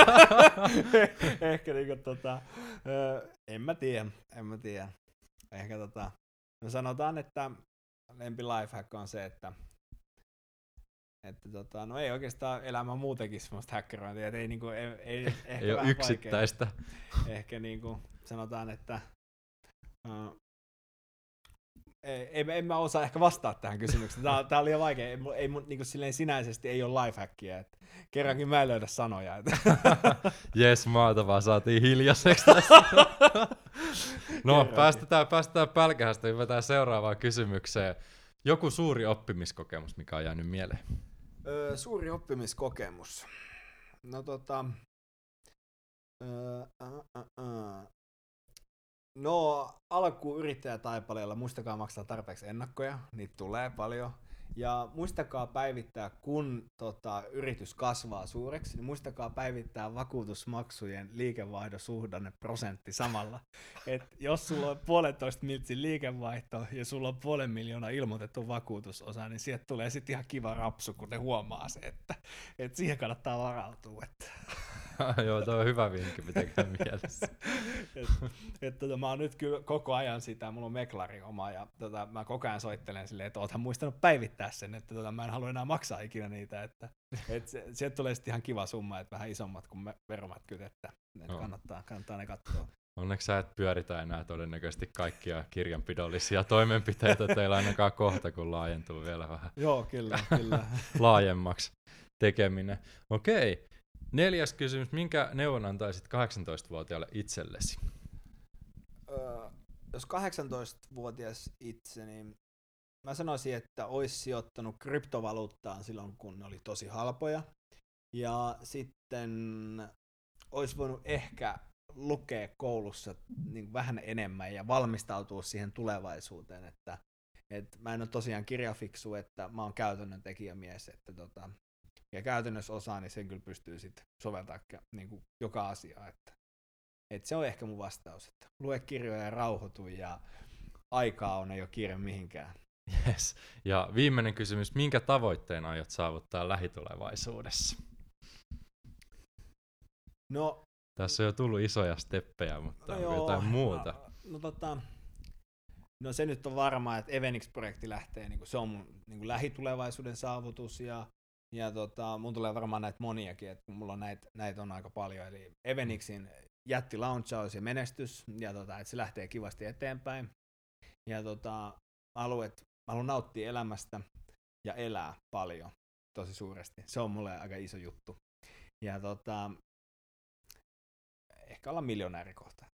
ehkä niinku tota, en mä tiedä, en mä tiedä. Ehkä tota, no sanotaan, että lempi lifehack on se, että että tota, no ei oikeastaan elämä muutenkin semmoista häkkärointia, että ei niinku, ei, ei, ehkä
ei ole yksittäistä.
Vaikea. Ehkä niinku sanotaan, että uh, ei, ei, en mä osaa ehkä vastaa tähän kysymykseen. Tää, tää on liian vaikea. Ei, ei niinku silleen sinäisesti ei ole lifehackia. Et kerrankin mä en löydä sanoja.
Jes, mahtavaa, saatiin hiljaiseksi tässä. No, päästetään, päästetään pälkähästä, hypätään seuraavaan kysymykseen. Joku suuri oppimiskokemus, mikä on jäänyt mieleen?
Öö, suuri oppimiskokemus. No tota... Öö, äh, äh, äh. No, alkuun yrittäjätaipaleella muistakaa maksaa tarpeeksi ennakkoja, niitä tulee paljon. Ja muistakaa päivittää, kun tota, yritys kasvaa suureksi, niin muistakaa päivittää vakuutusmaksujen liikevaihdosuhdanne prosentti samalla. Et jos sulla on puolentoista miltsin liikevaihto ja sulla on puolen miljoonaa ilmoitettu vakuutusosa, niin sieltä tulee sitten ihan kiva rapsu, kun ne huomaa se, että et siihen kannattaa varautua. Että.
Joo, tuo on hyvä vinkki, pitäkää mielessä.
et, et, tota, mä oon nyt kyllä koko ajan sitä, mulla on Meklari oma, ja tota, mä koko ajan soittelen silleen, että oothan muistanut päivittää sen, että tota, mä en halua enää maksaa ikinä niitä, että et se, sieltä tulee sitten ihan kiva summa, että vähän isommat kuin me, veromatkyt, että et no. kannattaa, kannattaa ne katsoa.
Onneksi sä et pyöritä enää todennäköisesti kaikkia kirjanpidollisia toimenpiteitä teillä ainakaan kohta, kun laajentuu vielä vähän
Joo, kyllä, kyllä.
laajemmaksi tekeminen. Okei, neljäs kysymys. Minkä neuvon antaisit kahdeksantoistavuotiaalle itsellesi?
Öö, jos kahdeksantoistavuotias itse, niin mä sanoisin, että olisi sijoittanut kryptovaluuttaan silloin, kun ne oli tosi halpoja. Ja sitten olisi voinut ehkä lukea koulussa niin vähän enemmän ja valmistautua siihen tulevaisuuteen, että et mä en ole tosiaan kirjafiksu, että mä oon käytännön tekijämies, että tota, ja käytännössä osaa, niin sen kyllä pystyy sitten soveltamaan niin kuin joka asiaa, että et se on ehkä mun vastaus, että lue kirjoja ja rauhoitu ja aikaa on, ei ole kiire mihinkään.
Yes. Ja viimeinen kysymys, minkä tavoitteen aiot saavuttaa lähitulevaisuudessa?
No,
tässä on jo tullut isoja steppejä, mutta
no
onko
joo,
jotain muuta?
No, no, tota, no se nyt on varmaa, että Evenix-projekti lähtee, niin kuin se on mun niin kuin lähitulevaisuuden saavutus, ja, ja tota, mun tulee varmaan näitä moniakin, että mulla on näitä, näitä on aika paljon, eli Evenixin jätti launchaus ja menestys, ja tota, että se lähtee kivasti eteenpäin, ja tota, mä haluan, että mä haluan nauttia elämästä ja elää paljon, tosi suuresti, se on mulle aika iso juttu, ja tota, ehkä olla miljonääri kohta.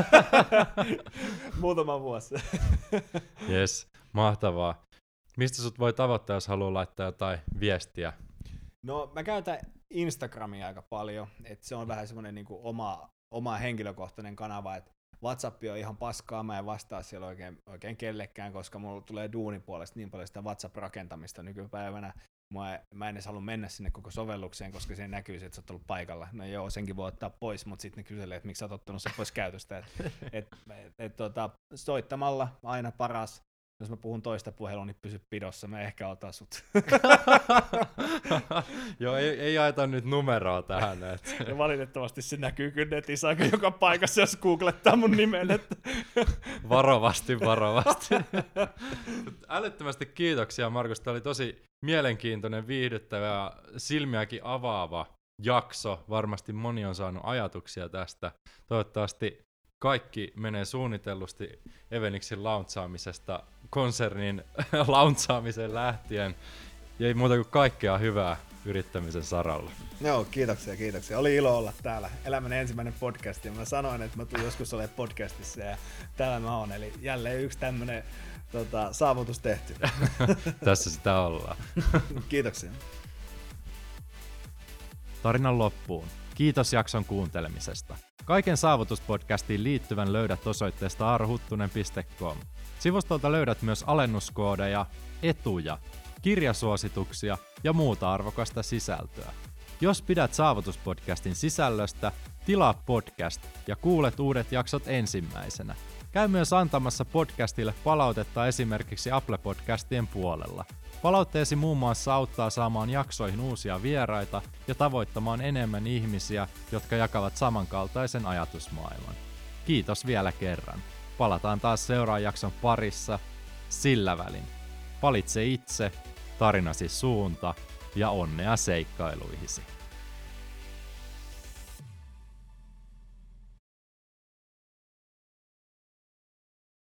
Muutama vuosi.
Jes, mahtavaa. Mistä sut voi tavoittaa, jos haluaa laittaa jotain viestiä?
No mä käytän Instagramia aika paljon, että se on vähän semmoinen niinku oma, oma henkilökohtainen kanava, että WhatsApp on ihan paskaa, mä en vastaa siellä oikein, oikein kellekään, koska mulla tulee duunin puolesta niin paljon sitä WhatsApp-rakentamista nykypäivänä. Mä, mä en edes halua mennä sinne koko sovellukseen, koska se näkyy, että sä oot ollut paikalla. No joo, senkin voi ottaa pois, mutta sitten ne kyselee, että miksi sä oot ottanut sen pois käytöstä. Et, et, et, et, tota, soittamalla aina paras. Jos mä puhun toista puhelua, niin pysy pidossa, mä ehkä otan sut.
Joo, ei, ei jaeta nyt numeroa tähän. Et.
Ja valitettavasti se näkyy kyllä netissä aika joka paikassa, jos googlettaa mun nimen. Että.
Varovasti, varovasti. Älyttömästi kiitoksia, Markus. Tämä oli tosi mielenkiintoinen, viihdyttävä ja silmiäkin avaava jakso. Varmasti moni on saanut ajatuksia tästä. Toivottavasti kaikki menee suunnitellusti Evenixin launchaamisesta konsernin launchaamiseen lähtien. Ja ei muuta kuin kaikkea hyvää yrittämisen saralla.
Joo, kiitoksia, kiitoksia. Oli ilo olla täällä. Elämän ensimmäinen podcast, ja mä sanoin, että mä tulen joskus olemaan podcastissa, ja täällä mä oon. Eli jälleen yksi tämmönen tota, saavutus tehty.
Tässä sitä ollaan.
Kiitoksia.
Tarinan loppuun. Kiitos jakson kuuntelemisesta. Kaiken saavutuspodcastiin liittyvän löydät osoitteesta aarhuttunen piste com. Sivustolta löydät myös alennuskoodeja, etuja, kirjasuosituksia ja muuta arvokasta sisältöä. Jos pidät saavutuspodcastin sisällöstä, tilaa podcast ja kuulet uudet jaksot ensimmäisenä. Käy myös antamassa podcastille palautetta esimerkiksi Apple-podcastien puolella. Palautteesi muun muassa auttaa saamaan jaksoihin uusia vieraita ja tavoittamaan enemmän ihmisiä, jotka jakavat samankaltaisen ajatusmaailman. Kiitos vielä kerran. Palataan taas seuraavan jakson parissa. Sillä välin. Valitse itse, tarinasi suunta ja onnea seikkailuihisi.